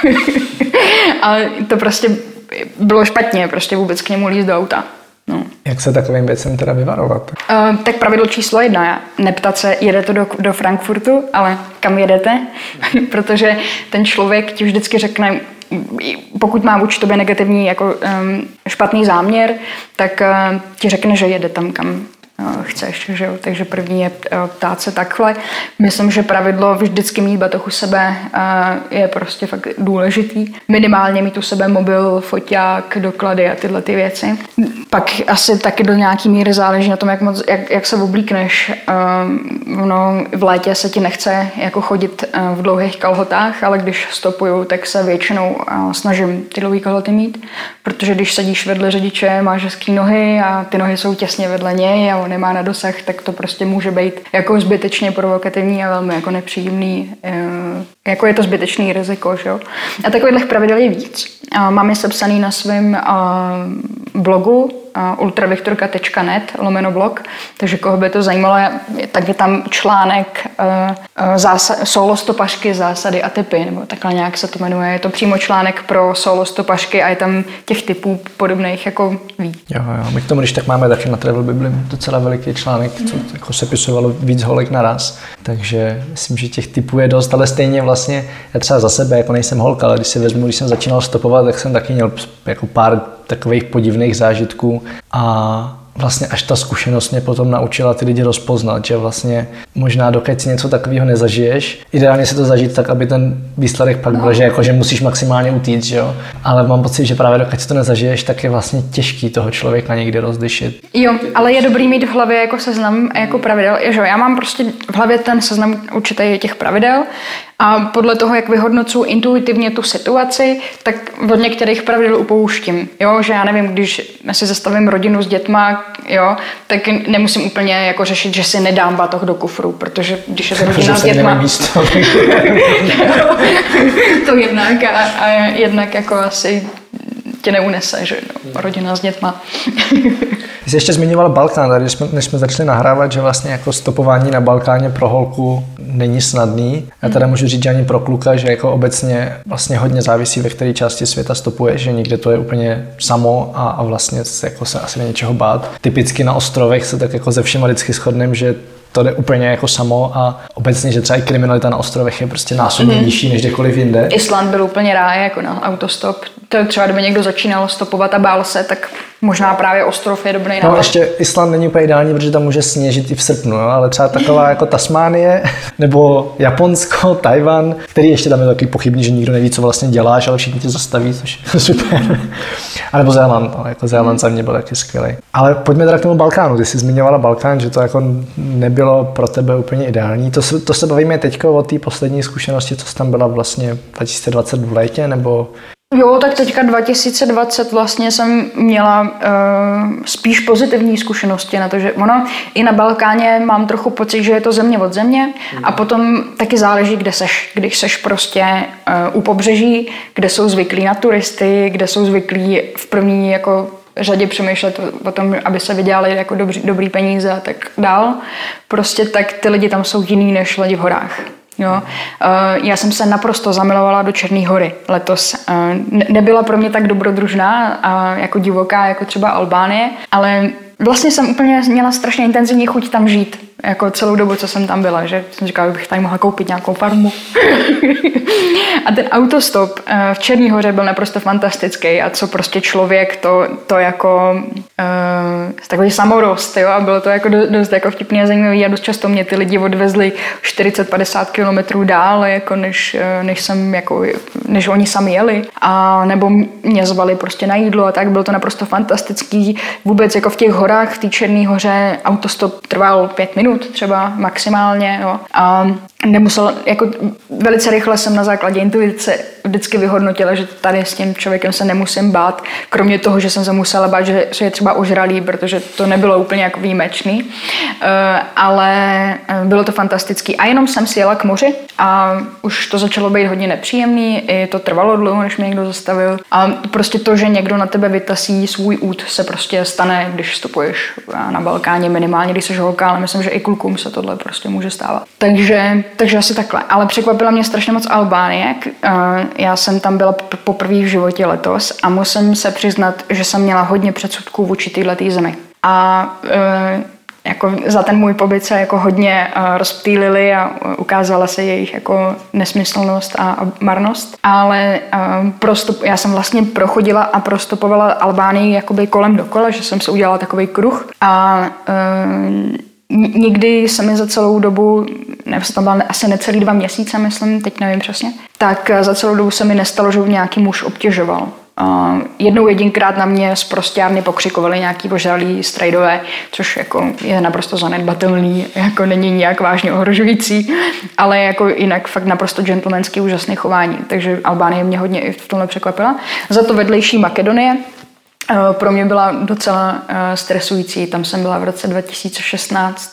Ale to prostě bylo špatně, prostě vůbec k němu líst do auta. No. Jak se takovým věcem teda vyvarovat? Uh, tak pravidlo číslo jedna, neptat se, jedete do, do Frankfurtu, ale kam jedete? Protože ten člověk ti vždycky řekne, pokud má vůči tobě negativní jako um, špatný záměr, tak uh, ti řekne, že jede tam, kam chceš, že jo? Takže první je ptát se takhle. Myslím, že pravidlo vždycky mít batoh u sebe je prostě fakt důležitý. Minimálně mít u sebe mobil, foťák, doklady a tyhle ty věci. Pak asi taky do nějaký míry záleží na tom, jak, moc, jak, jak se oblíkneš. No, v létě se ti nechce jako chodit v dlouhých kalhotách, ale když stopuju, tak se většinou snažím ty dlouhé kalhoty mít, protože když sedíš vedle řidiče, máš hezký nohy a ty nohy jsou těsně vedle něj a on nemá na dosah, tak to prostě může být jako zbytečně provokativní a velmi jako nepříjemný, jako je to zbytečný riziko, že jo. A takových pravidel je víc. Mám je sepsaný na svém blogu uh, ultraviktorka tečka net lomeno blog, takže koho by to zajímalo, tak je tam článek uh, uh, zásad, solo stopařky, zásady a typy, nebo takhle nějak se to jmenuje. Je to přímo článek pro solo stopařky a je tam těch typů podobných jako víc. Jo, jo. My k tomu, když tak máme taky na Travel Bible docela veliký článek, co mm. jako sepisovalo víc holek naraz, takže myslím, že těch typů je dost, ale stejně vlastně já třeba za sebe, jako nejsem holka, ale když si vezmu, když jsem začínal stopovat, tak jsem taky měl jako pár takových podivných zážitků a vlastně až ta zkušenost mě potom naučila ty lidi rozpoznat, že vlastně možná dokud si něco takového nezažiješ, ideálně si to zažít tak, aby ten výsledek pak byl, že, jako, že musíš maximálně utíct, že jo? Ale mám pocit, že právě dokud si to nezažiješ, tak je vlastně těžký toho člověka někdy rozlišit. Jo, ale je dobrý mít v hlavě jako seznam jako pravidel. Že já mám prostě v hlavě ten seznam určitě těch pravidel a podle toho, jak vyhodnocuji intuitivně tu situaci, tak od některých pravidel upouštím. Jo, že já nevím, když si zastavím rodinu s dětma, jo, tak nemusím úplně jako řešit, že si nedám batoh do kufru, protože když je to rodina s dětma, to jednak a, a jednak jako asi tě neunese, že no, rodina s dětma. Ty jsi ještě zmiňovala Balkán, tady jsme, než jsme začali nahrávat, že vlastně jako stopování na Balkáně pro holku není snadný. Já teda můžu říct, že ani pro kluka, že jako obecně vlastně hodně závisí, ve které části světa stopuješ, že někde to je úplně samo a, a vlastně se, jako se asi není čeho bát. Typicky na ostrovech se tak jako ze všema vždycky shodneme, že to jde úplně jako samo a obecně, že třeba i kriminalita na ostrovech je prostě násobně mm. nižší než kdekoliv jinde. Island byl úplně ráj jako na autostop. To třeba, kdyby někdo začínal stopovat a bál se, tak možná právě ostrov je dobrý nápad. No ještě Island není úplně ideální, protože tam může sněžit i v srpnu, no? Ale třeba taková jako Tasmánie nebo Japonsko, Tajvan, který ještě tam je takový pochybný, že nikdo neví, co vlastně děláš, ale všichni tě zastaví, což je super. A nebo Zéland, no, jako Zéland za mě byl taky skvělý. Ale pojďme teda k tomu Balkánu. Ty jsi zmiňovala Balkán, že to jako nebylo pro tebe úplně ideální. To se, to se bavíme teď o té poslední zkušenosti, co jsi tam byla vlastně dva tisíce dvacet v létě, nebo... Jo, tak teďka dva tisíce dvacet vlastně jsem měla uh, spíš pozitivní zkušenosti na to, že ono i na Balkáně mám trochu pocit, že je to země od země mm. a potom taky záleží, kde seš. Když seš prostě uh, u pobřeží, kde jsou zvyklí na turisty, kde jsou zvyklí v první jako řadě přemýšlet o tom, aby se vydělali jako dobrý, dobrý peníze a tak dál. Prostě tak ty lidi tam jsou jiný než lidi v horách. Jo. Já jsem se naprosto zamilovala do Černé Hory letos. Nebyla pro mě tak dobrodružná a jako divoká, jako třeba Albánie, ale vlastně jsem úplně měla strašně intenzivní chuť tam žít. Jako celou dobu, co jsem tam byla, že jsem říkala, že bych tady mohla koupit nějakou farmu. A ten autostop v Černé Hoře byl naprosto fantastický a co prostě člověk, to, to jako uh, takový samorost, jo, a bylo to jako dost jako vtipný a zajímavý a dost často mě ty lidi odvezli čtyřicet padesát kilometrů dál, jako než, než jsem, jako, než oni sami jeli, a nebo mě zvali prostě na jídlo a tak, bylo to naprosto fantastický. Vůbec jako v těch horách, v té Černé Hoře autostop trval pět minut třeba maximálně, jo. A nemusel, jako velice rychle jsem na základě intuice vždycky vyhodnotila, že tady s tím člověkem se nemusím bát, kromě toho, že jsem se musela bát, že, že je třeba ožralý, protože to nebylo úplně jako výjimečný, uh, ale bylo to fantastický. A jenom jsem si jela k moři a už to začalo být hodně nepříjemný, i to trvalo dlouho, než mě někdo zastavil. A prostě to, že někdo na tebe vytasí svůj út, se prostě stane, když vstupuješ na Balkáně, minimálně, když jsi holka, ale myslím, že i klukům se tohle prostě může stávat. Takže, takže asi takhle. Ale překvapila mě strašně moc Albánie. Já jsem tam byla poprvé v životě letos a musím se přiznat, že jsem měla hodně předsudků vůči této zemi. A jako za ten můj pobyt se jako hodně uh, rozptýlili a ukázala se jejich jako nesmyslnost a, a marnost. Ale uh, prostup, já jsem vlastně prochodila a prostupovala Albánii jakoby kolem dokola, že jsem se udělala takový kruh a uh, nikdy se mi za celou dobu, nebo jsem tam byla asi necelý dva měsíce, myslím, teď nevím přesně, tak za celou dobu se mi nestalo, že by nějaký muž obtěžoval. Uh, jednou jedinkrát na mě z prostěrny pokřikovali nějaký ožralý strejdové, což jako je naprosto zanedbatelný, jako není nijak vážně ohrožující, ale jako jinak fakt naprosto gentlemanský úžasný chování, takže Albánie mě hodně i v tomhle překvapila. Za to vedlejší Makedonie pro mě byla docela stresující, tam jsem byla v roce dva tisíce šestnáct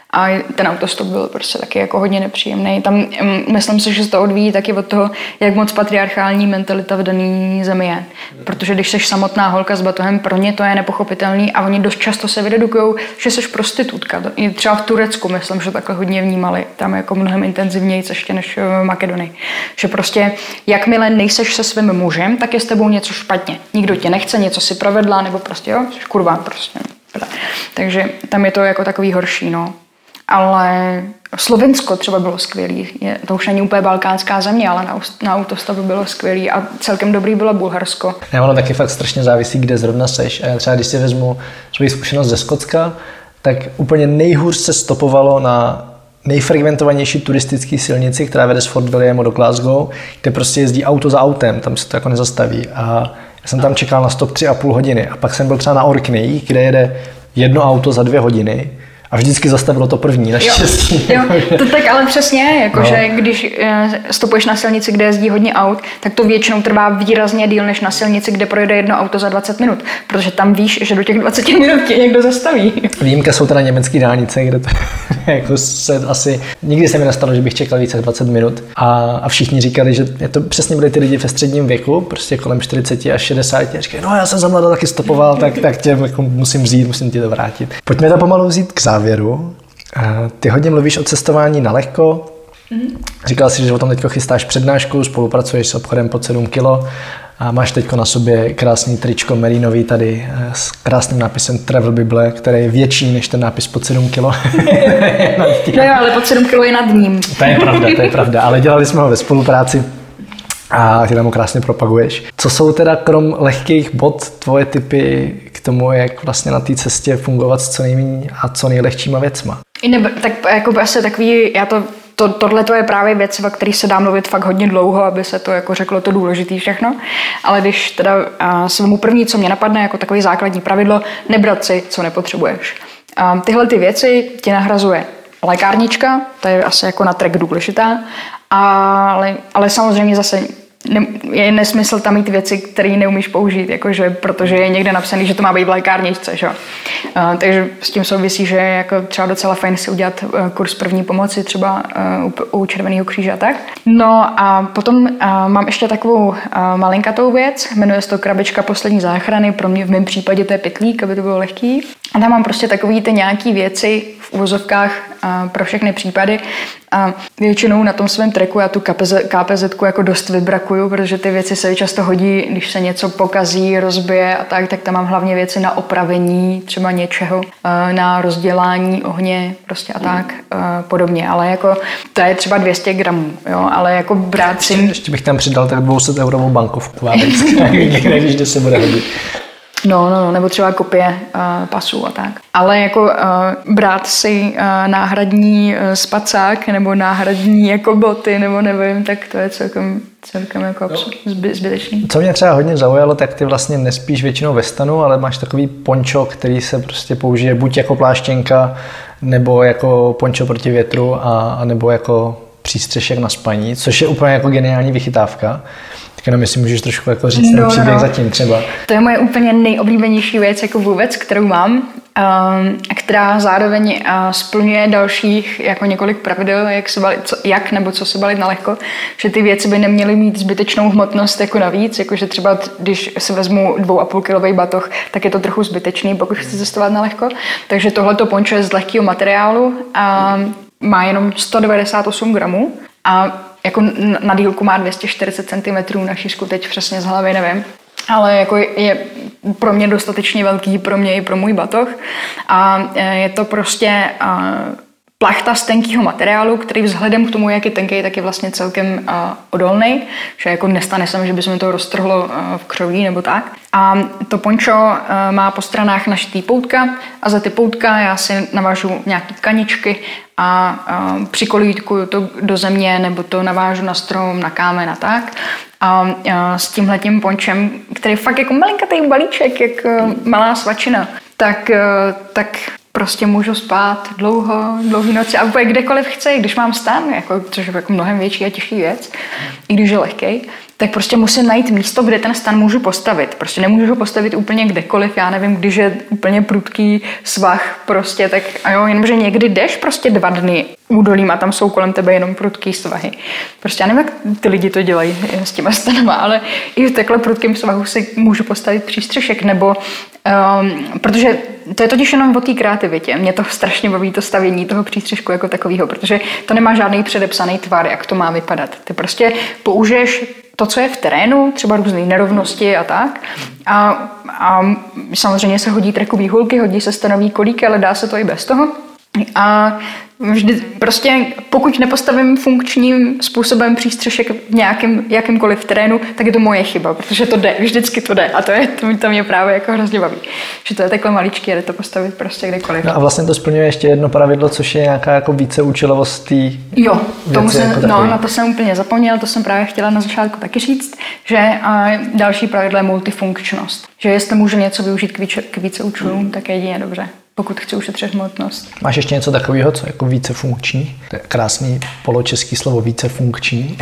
A ten autostop byl prostě taky jako hodně nepříjemný. Tam myslím si, že se to odvíjí taky od toho, jak moc patriarchální mentalita v dané zemi je. Protože když jsi samotná holka s batohem, pro ně to je nepochopitelný a oni dost často se vydedukujou, že jsi prostitutka. I třeba v Turecku myslím, že takhle hodně vnímali. Tam jako mnohem intenzivněji ještě než v Makedonii. Že prostě jakmile nejseš se svým mužem, tak je s tebou něco špatně. Nikdo tě nechce, něco si provedla, nebo prostě jo, jsi kurva prostě. Takže tam je to jako takový horší, no. Ale Slovensko třeba bylo skvělý. Je, to už není úplně balkánská země, ale na, na autostopu bylo skvělý a celkem dobrý bylo Bulharsko. Ne, ono taky fakt strašně závisí, kde zrovna seš. A já třeba, když si vezmu svou zkušenost ze Skotska, tak úplně nejhůř se stopovalo na nejfrekventovanější turistické silnici, která vede z Fort Williamu do Glasgow, kde prostě jezdí auto za autem, tam se to jako nezastaví. A já jsem tam čekal na stop tři a půl hodiny a pak jsem byl třeba na Orkney, kde jede jedno auto za dvě hodiny. A vždycky zastavilo to první, naštěstí. Jo, jo, to tak ale přesně, jakože no. Když stopuješ na silnici, kde jezdí hodně aut, tak to většinou trvá výrazně díl než na silnici, kde projede jedno auto za dvacet minut, protože tam víš, že do těch dvacet minut tě někdo zastaví. Výjimka jsou teda německé dálnice, kde to jako se asi, nikdy se mi nestalo, že bych čekal více jak dvacet minut a, a všichni říkali, že to přesně byli ty lidi ve středním věku, prostě kolem čtyřicet až šedesát a říkají, no já jsem za mladá taky stopoval, tak, tak tě jako musím vzít, musím ti to vrátit. Pojďme to pomalu vzít k závěru. Ty hodně mluvíš o cestování na lehko. Mm-hmm. Říkal jsi, že o tom teď chystáš přednášku, spolupracuješ s obchodem pod sedm kilo a máš teď na sobě krásný tričko merinový tady s krásným nápisem Travel Bible, který je větší než ten nápis pod sedm kilo. No jo, ale pod sedm kilo je nad ním. To je pravda, to je pravda, ale dělali jsme ho ve spolupráci. A ty tam ho krásně propaguješ. Co jsou teda krom lehkých bod tvoje tipy k tomu, jak vlastně na té cestě fungovat s co nejméně a co nejlehčíma věcma? Nebo, tak jako asi takový, já to, to, tohle to je právě věc, o který se dá mluvit fakt hodně dlouho, aby se to jako řeklo to důležitý všechno. Ale když teda uh, si vemu první, co mě napadne, jako takový základní pravidlo, nebrat si, co nepotřebuješ. Uh, tyhle ty věci ti nahrazuje lékárnička, to je asi jako na trek důležitá, ale, ale samozřejmě zase ne, je nesmysl tam mít věci, které neumíš použít, jakože, protože je někde napsaný, že to má být v lékárničce. Že? Uh, takže s tím souvisí, že je jako třeba docela fajn si udělat uh, kurz první pomoci, třeba uh, u, u Červeného kříže a tak. No a potom uh, mám ještě takovou uh, malinkatou věc, jmenuje se to krabička poslední záchrany, pro mě v mém případě to je pytlík, aby to bylo lehký. A tam mám prostě takový ty nějaký věci v uvozovkách uh, pro všechny případy. A většinou na tom svém treku já tu ká pé zetku jako dost vybrakuju, protože ty věci se často hodí, když se něco pokazí, rozbije a tak, tak tam mám hlavně věci na opravení třeba něčeho, na rozdělání ohně prostě a tak podobně. Ale jako to je třeba dvě stě gramů, jo, ale jako brát si... Ještě bych tam přidal tak dvě stě eurovou bankovku, když to se bude hodit. No, no, no, nebo třeba kopie uh, pasů a tak. Ale jako uh, brát si uh, náhradní uh, spacák nebo náhradní jako boty nebo nevím, tak to je celkem, celkem jako zby, zbytečný. Co mě třeba hodně zaujalo, tak ty vlastně nespíš většinou ve stanu, ale máš takový pončo, který se prostě použije buď jako pláštěnka, nebo jako pončo proti větru, a, a nebo jako přístřešek na spaní, což je úplně jako geniální vychytávka. Tak jenom jestli můžeš trošku jako říct ten no, příběh no. zatím třeba. To je moje úplně nejoblíbenější věc jako vůbec, kterou mám, a která zároveň splňuje dalších jako několik pravidel, jak, se balit, co, jak nebo co se balit na lehko, že ty věci by neměly mít zbytečnou hmotnost jako navíc, jakože třeba když si vezmu dvou a půl kilový batoh, tak je to trochu zbytečný, pokud chci cestovat na lehko. Takže tohleto pončo je z lehkého materiálu a má jenom sto devadesát osm gramů a jako na dílku má dvě stě čtyřicet centimetrů, na šířku teď přesně z hlavy nevím. Ale jako je pro mě dostatečně velký, pro mě i pro můj batoh. A je to prostě plachta z tenkého materiálu, který vzhledem k tomu, jak je tenký, tak je vlastně celkem odolný. Že jako nestane se mi, že by se mi to roztrhlo v křoví nebo tak. A to pončo má po stranách našitý poutka a za ty poutka já si navážu nějaký tkaničky a, a přikolítkuju to do země nebo to navážu na strom, na kámen a tak. A, a s tímhletím pončem, který je fakt jako malinkatý balíček, jak malá svačina, tak, tak prostě můžu spát dlouho, dlouhý noci a úplně kdekoliv chci, když mám stan, jako, což je jako mnohem větší a těžší věc, i když je lehkej, tak prostě musím najít místo, kde ten stan můžu postavit. Prostě nemůžu ho postavit úplně kdekoliv, já nevím, když je úplně prudký svah prostě, tak a jo, jenomže někdy jdeš prostě dva dny údolím a tam jsou kolem tebe jenom prudký svahy. Prostě já nevím, jak ty lidi to dělají s těma stanama, ale i v takhle prudkém svahu si můžu postavit přístřešek, nebo um, protože to je totiž jenom o té kreativitě. Mě to strašně baví, to stavění toho přístřešku jako takového, protože to nemá žádný předepsaný tvar, jak to má vypadat. Ty prostě použiješ to, co je v terénu, třeba různé nerovnosti a tak. A, a samozřejmě se hodí trekový hůlky, hodí se stanový kolíky, ale dá se to i bez toho. A vždy, prostě pokud nepostavím funkčním způsobem přístřešek v nějakém jakýmkoliv terénu, tak je to moje chyba, protože to jde, vždycky to jde a to, je, to, to mě právě jako hrozně baví. Že to je takhle maličký a jde to postavit prostě kdekoliv. No a vlastně to splňuje ještě jedno pravidlo, což je nějaká jako víceúčelovost té Jo, tomu jsem, jako no, na to jsem úplně zapomněla, to jsem právě chtěla na začátku taky říct, že a další pravidlo je multifunkčnost. Že jestli můžu něco využít k, více, k více účelům, tak je jedině dobře, pokud chci ušetřit hmotnost. Máš ještě něco takového, co jako více funkční? To je krásný poločeský slovo více funkční.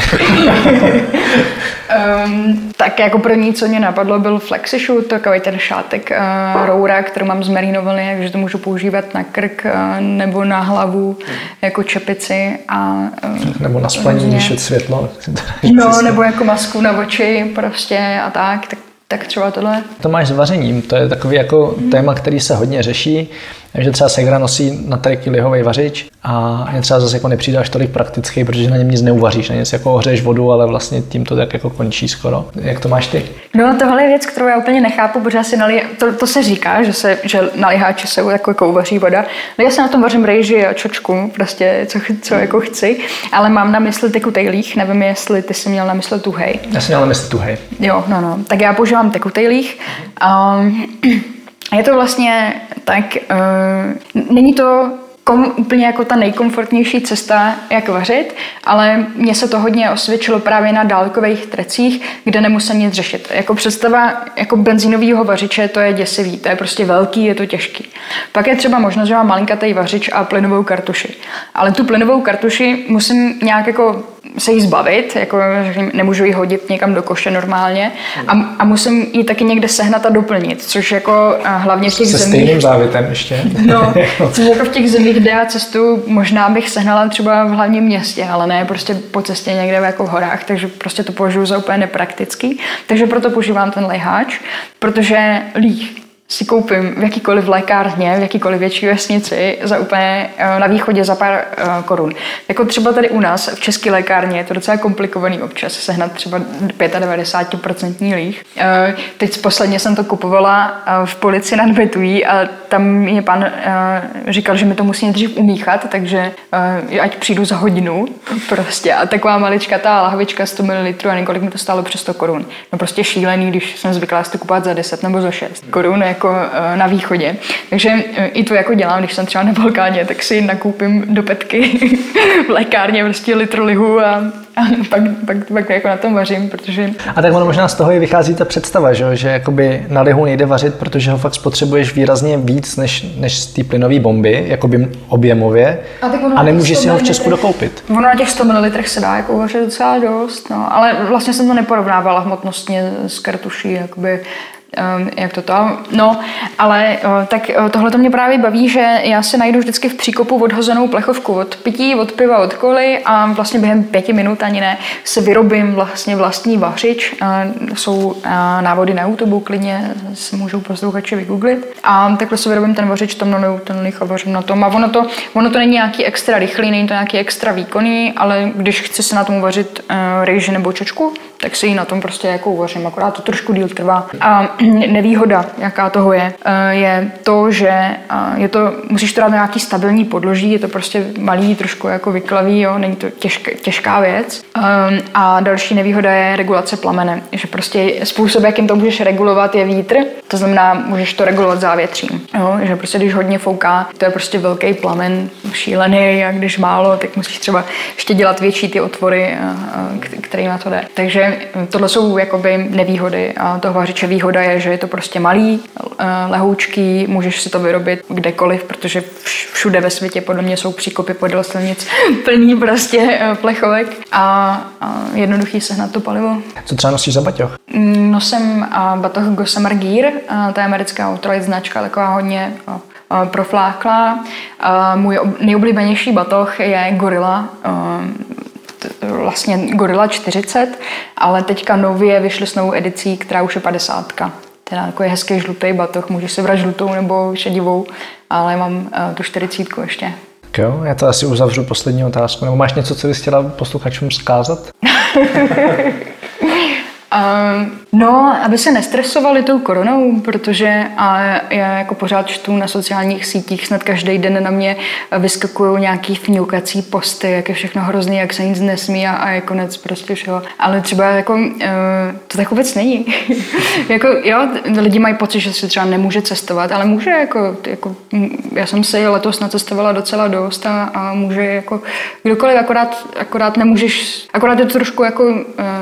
um, tak jako první, co mě napadlo, byl FlexiShoot, takový ten šátek uh, roura, kterou mám z merino vlny, takže to můžu používat na krk uh, nebo na hlavu jako čepici. A, uh, nebo na spaní, když je světlo. No, nebo jako masku na oči prostě a tak. tak Tak třeba tohle. To máš s vařením, to je takový jako hmm. téma, který se hodně řeší, že třeba Segra nosí na triky lihovej vařič a je třeba zase jako nepřijde až tolik praktický, protože na něm nic neuvaříš, na něm si jako ohřeješ vodu, ale vlastně tím to tak jako končí skoro. Jak to máš ty? No tohle je věc, kterou já úplně nechápu, protože asi nalí... to, to se říká, že, se, že na liháči se jako, jako uvaří voda. No já se na tom vařím rejži a čočku, prostě co, co jako chci, ale mám na mysli tekutej líh, nevím, jestli ty jsi měl na mysli tuhej. Já jsem měl na mysli tuhej. Jo, no, no. Tak já používám tekutej líh. Um, je to vlastně tak, uh, není to kom, úplně jako ta nejkomfortnější cesta, jak vařit, ale mně se to hodně osvědčilo právě na dálkových trecích, kde nemusím nic řešit. Jako představa jako benzínového vařiče, to je děsivý, to je prostě velký, je to těžký. Pak je třeba možnost, že mám malinkatý vařič a plynovou kartuši. Ale tu plynovou kartuši musím nějak jako se jí zbavit, jako nemůžu ji hodit někam do koše normálně a, a musím ji taky někde sehnat a doplnit, což jako hlavně v těch se zemích... Se stejným závětem ještě. No, což jako v těch zemích, kde já cestu, možná bych sehnala třeba v hlavním městě, ale ne prostě po cestě někde jako v horách, takže prostě to považuji za úplně nepraktický. Takže proto používám ten liháč, protože líh si koupím v jakýkoliv lékárně, v jakýkoliv větší vesnici za úplně na východě za pár uh, korun. Jako třeba tady u nás v české lékárně je to docela komplikovaný občas sehnat třeba devadesát pět procent líh. Uh, teď posledně jsem to kupovala uh, v Polici nad Betují a tam mě pan uh, říkal, že mi to musí nejdřív umíchat, takže uh, ať přijdu za hodinu prostě. A taková malička ta lahvička sto mililitrů a několik mi to stálo přes sto korun. No prostě šílený, když jsem zvyklá si to kupovat za deset nebo za šest korun jako na východě. Takže i to jako dělám, když jsem třeba na Balkáně, tak si nakoupím do petky v lékárně prostě litr lihu a, a pak, pak, pak jako na tom vařím, protože... A tak ono možná z toho i vychází ta představa, že, že jakoby na lihu nejde vařit, protože ho fakt spotřebuješ výrazně víc než, než z té plynové bomby, jakoby objemově a, a nemůžeš si ho v Česku dokoupit. Ono na těch sto mililitrů se dá jako uvařit docela dost, no, ale vlastně jsem to neporovnávala hmotnostně s kartuší, jakoby jak to to, no, ale tak tohle to mě právě baví, že já si najdu vždycky v příkopu odhozenou plechovku od pití, od piva, od koly a vlastně během pěti minut ani ne si vyrobím vlastně vlastní vařič. Jsou návody na YouTube, klidně si můžou posluchači vygooglit a takhle si vyrobím ten vařič, tam naliju ten líh a vařím na tom a ono to, ono to není nějaký extra rychlý, není to nějaký extra výkonný, ale když chci se na tom vařit rejži nebo čočku, tak si ji na tom prostě jako uvařím, akorát to trošku díl trvá. A nevýhoda, jaká toho je, je to, že je to, musíš to dát na nějaký stabilní podloží, je to prostě malý, trošku jako vyklavý, jo, není to těžká, těžká věc. A další nevýhoda je regulace plamene, že prostě způsob, jakým to můžeš regulovat, je vítr, to znamená, můžeš to regulovat závětřím, jo, že prostě když hodně fouká, to je prostě velký plamen, šílený, a když málo, tak musíš třeba ještě dělat větší ty otvory, kterými to jde. Takže tohle jsou jakoby nevýhody a toho vařiče. Výhoda je, je, že je to prostě malý, lehoučký, můžeš si to vyrobit kdekoliv, protože všude ve světě podle mě jsou příkopy podél silnic plný prostě plechovek a, a jednoduchý sehnat to palivo. Co třeba nosíš za baťoch? Nosím batoh Gossamer Gear, to je americká ultralight značka, taková hodně profláklá. Můj nejoblíbenější batoh je Gorilla, vlastně Gorilla čtyřicet, ale teďka nově vyšli s novou edicí, která už je padesátka. Teda takový hezký žlutý batoh, můžeš si brát žlutou nebo šedivou, ale mám tu čtyřicítku ještě. Jo, já to asi uzavřu poslední otázku. Nebo máš něco, co bys chtěla posluchačům vzkázat? Um, no, aby se nestresovali tou koronou, protože a já jako pořád čtu na sociálních sítích, snad každý den na mě vyskakují nějaký fňukací posty, jak je všechno hrozný, jak se nic nesmí a, a je konec prostě všeho. Ale třeba jako uh, to tak vůbec není. Jako jo, lidi mají pocit, že se třeba nemůže cestovat, ale může jako, jako já jsem si letos nacestovala docela dost a, a může jako kdokoliv, akorát, akorát nemůžeš, akorát je to trošku jako uh,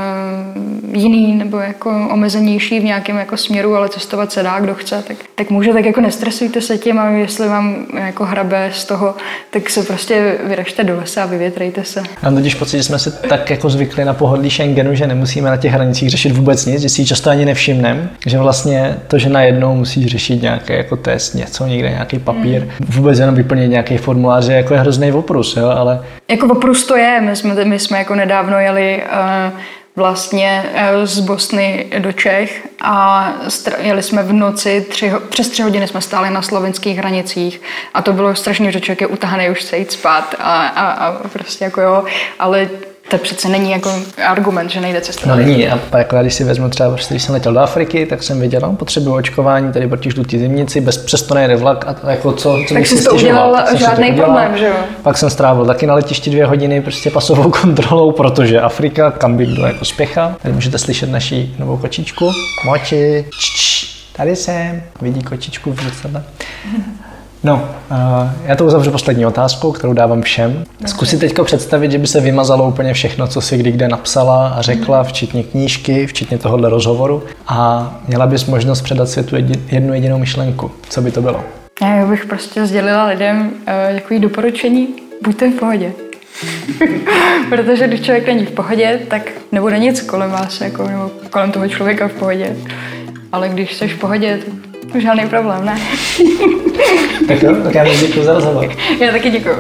jiný nebo jako omezenější v nějakém jako směru, ale cestovat se dá, kdo chce, tak, tak může, tak jako nestresujte se tím a jestli vám jako hrabe z toho, tak se prostě vyražte do lesa a vyvětrejte se. Mám totiž pocit, že jsme se tak jako zvykli na pohodlí Schengenu, že nemusíme na těch hranicích řešit vůbec nic, že si ji často ani nevšimneme, že vlastně to, že najednou musíš řešit nějaký jako test, něco, někde nějaký papír, mm. vůbec jenom vyplnit nějaký formulář, je jako je hrozný oprus, jo, ale... Jako oprus to je, my jsme, my jsme jako nedávno jeli uh, vlastně z Bosny do Čech a jeli jsme v noci, tři, přes tři hodiny jsme stáli na slovenských hranicích a to bylo strašně, že člověk je utahaný, už chce jít spát a, a, a prostě jako jo, ale to přece není jako argument, že nejde cestovat. No není, a jako když si vezmu třeba, když jsem letěl do Afriky, tak jsem viděl, no, potřebuji očkování tady proti žlutý zimnici, bez přesto nejde vlak a jako co, co tak jsi to udělal žádný problém, že jo? Pak jsem strávil taky na letišti dvě hodiny prostě pasovou kontrolou, protože Afrika, kam by kdo jako spěchá. Tady můžete slyšet naši novou kočičku. Moči, tady jsem, vidí kočičku v zrcadle. No, uh, já to uzavřu poslední otázkou, kterou dávám všem. Zkus si teďka představit, že by se vymazalo úplně všechno, co si kdy kde napsala a řekla, včetně knížky, včetně tohohle rozhovoru a měla bys možnost předat světu jednu jedinou myšlenku. Co by to bylo? Já bych prostě sdělila lidem uh, takový doporučení, buďte v pohodě. Protože když člověk není v pohodě, tak nebude nic kolem vás, jako, nebo kolem toho člověka v pohodě. Ale když jsi v pohodě, to žádný problém, ne? Tak jo, tak já vám děkuji za rozhovor. Já taky děkuji.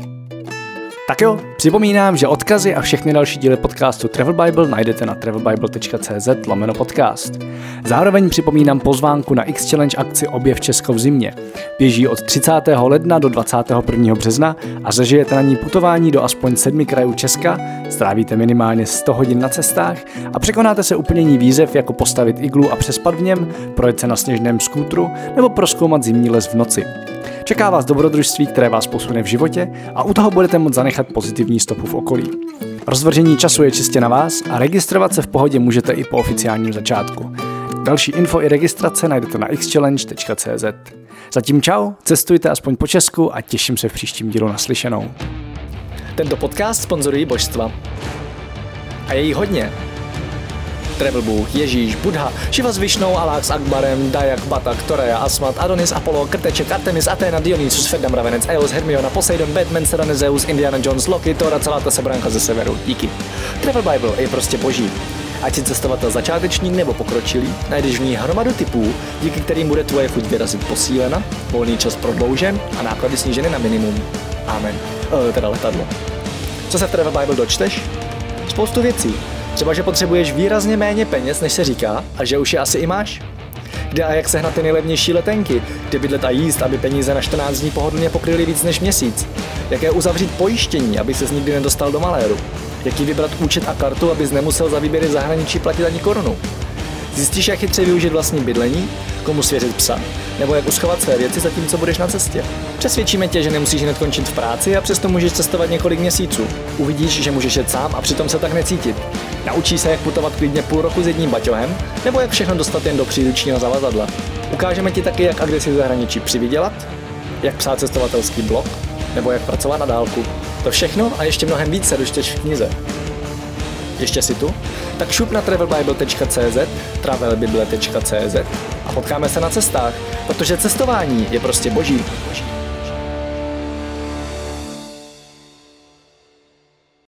Tak jo, připomínám, že odkazy a všechny další díly podcastu Travel Bible najdete na travelbible tečka cz lomeno podcast. Zároveň připomínám pozvánku na X-Challenge akci Objev Česko v zimě. Běží od třicátého ledna do dvacátého prvního března a zažijete na ní putování do aspoň sedmi krajů Česka, strávíte minimálně sto hodin na cestách a překonáte se úplnění výzev jako postavit iglu a přespat v něm, projet se na sněžném skútru nebo prozkoumat zimní les v noci. Čeká vás dobrodružství, které vás posune v životě a u toho budete moct zanechat pozitivní stopu v okolí. Rozvržení času je čistě na vás a registrovat se v pohodě můžete i po oficiálním začátku. Další info i registrace najdete na x challenge tečka cz. Zatím čau, cestujte aspoň po Česku a těším se v příštím dílu naslyšenou. Tento podcast sponzorují božstva. A je jí hodně. Travel Bůh, Ježíš, Buddha, Šiva s Višnou, Alák s Akbarem, Dajak, Batak, Toreja, Asmat, Adonis, Apollo, Krteček, Artemis, Athena, Dionysus, Ferdam, Ravenec, Eos, Hermiona, Poseidon, Batman, Serena, Zeus, Indiana Jones, Loki, Thor a celá ta sebranka ze severu. Díky. Travel Bible je prostě boží. Ať si cestovatel začátečník nebo pokročilý, najdeš v ní hromadu typů, díky kterým bude tvoje chuť vyrazit posílena, volný čas prodloužen a náklady sníženy na minimum. Amen. E, teda letadlo. Co se v Travel Bible dočteš? Spoustu věcí. Třeba, že potřebuješ výrazně méně peněz, než se říká, a že už je asi i máš. Kde a jak sehnat ty nejlevnější letenky, kde bydlet a jíst, aby peníze na čtrnáct dní pohodlně pokryly víc než měsíc. Jaké uzavřít pojištění, aby ses nikdy nedostal do maléru. Jaký vybrat účet a kartu, abys nemusel za výběry v zahraničí platit ani korunu. Zjistíš, jak chytře využít vlastní bydlení, komu svěřit psa, nebo jak uschovat své věci zatímco budeš na cestě. Přesvědčíme tě, že nemusíš hned končit v práci a přesto můžeš cestovat několik měsíců. Uvidíš, že můžeš jet sám a přitom se tak necítit. Naučíš se, jak putovat klidně půl roku s jedním baťohem, nebo jak všechno dostat jen do příručního zavazadla. Ukážeme ti taky, jak a kde si v zahraničí přivydělat, jak psát cestovatelský blog, nebo jak pracovat na dálku. To všechno a ještě mnohem víc se dočteš v knize. Ještě si tu? Tak šup na travelbible tečka cé zet, travelbible tečka cé zet a potkáme se na cestách, protože cestování je prostě boží.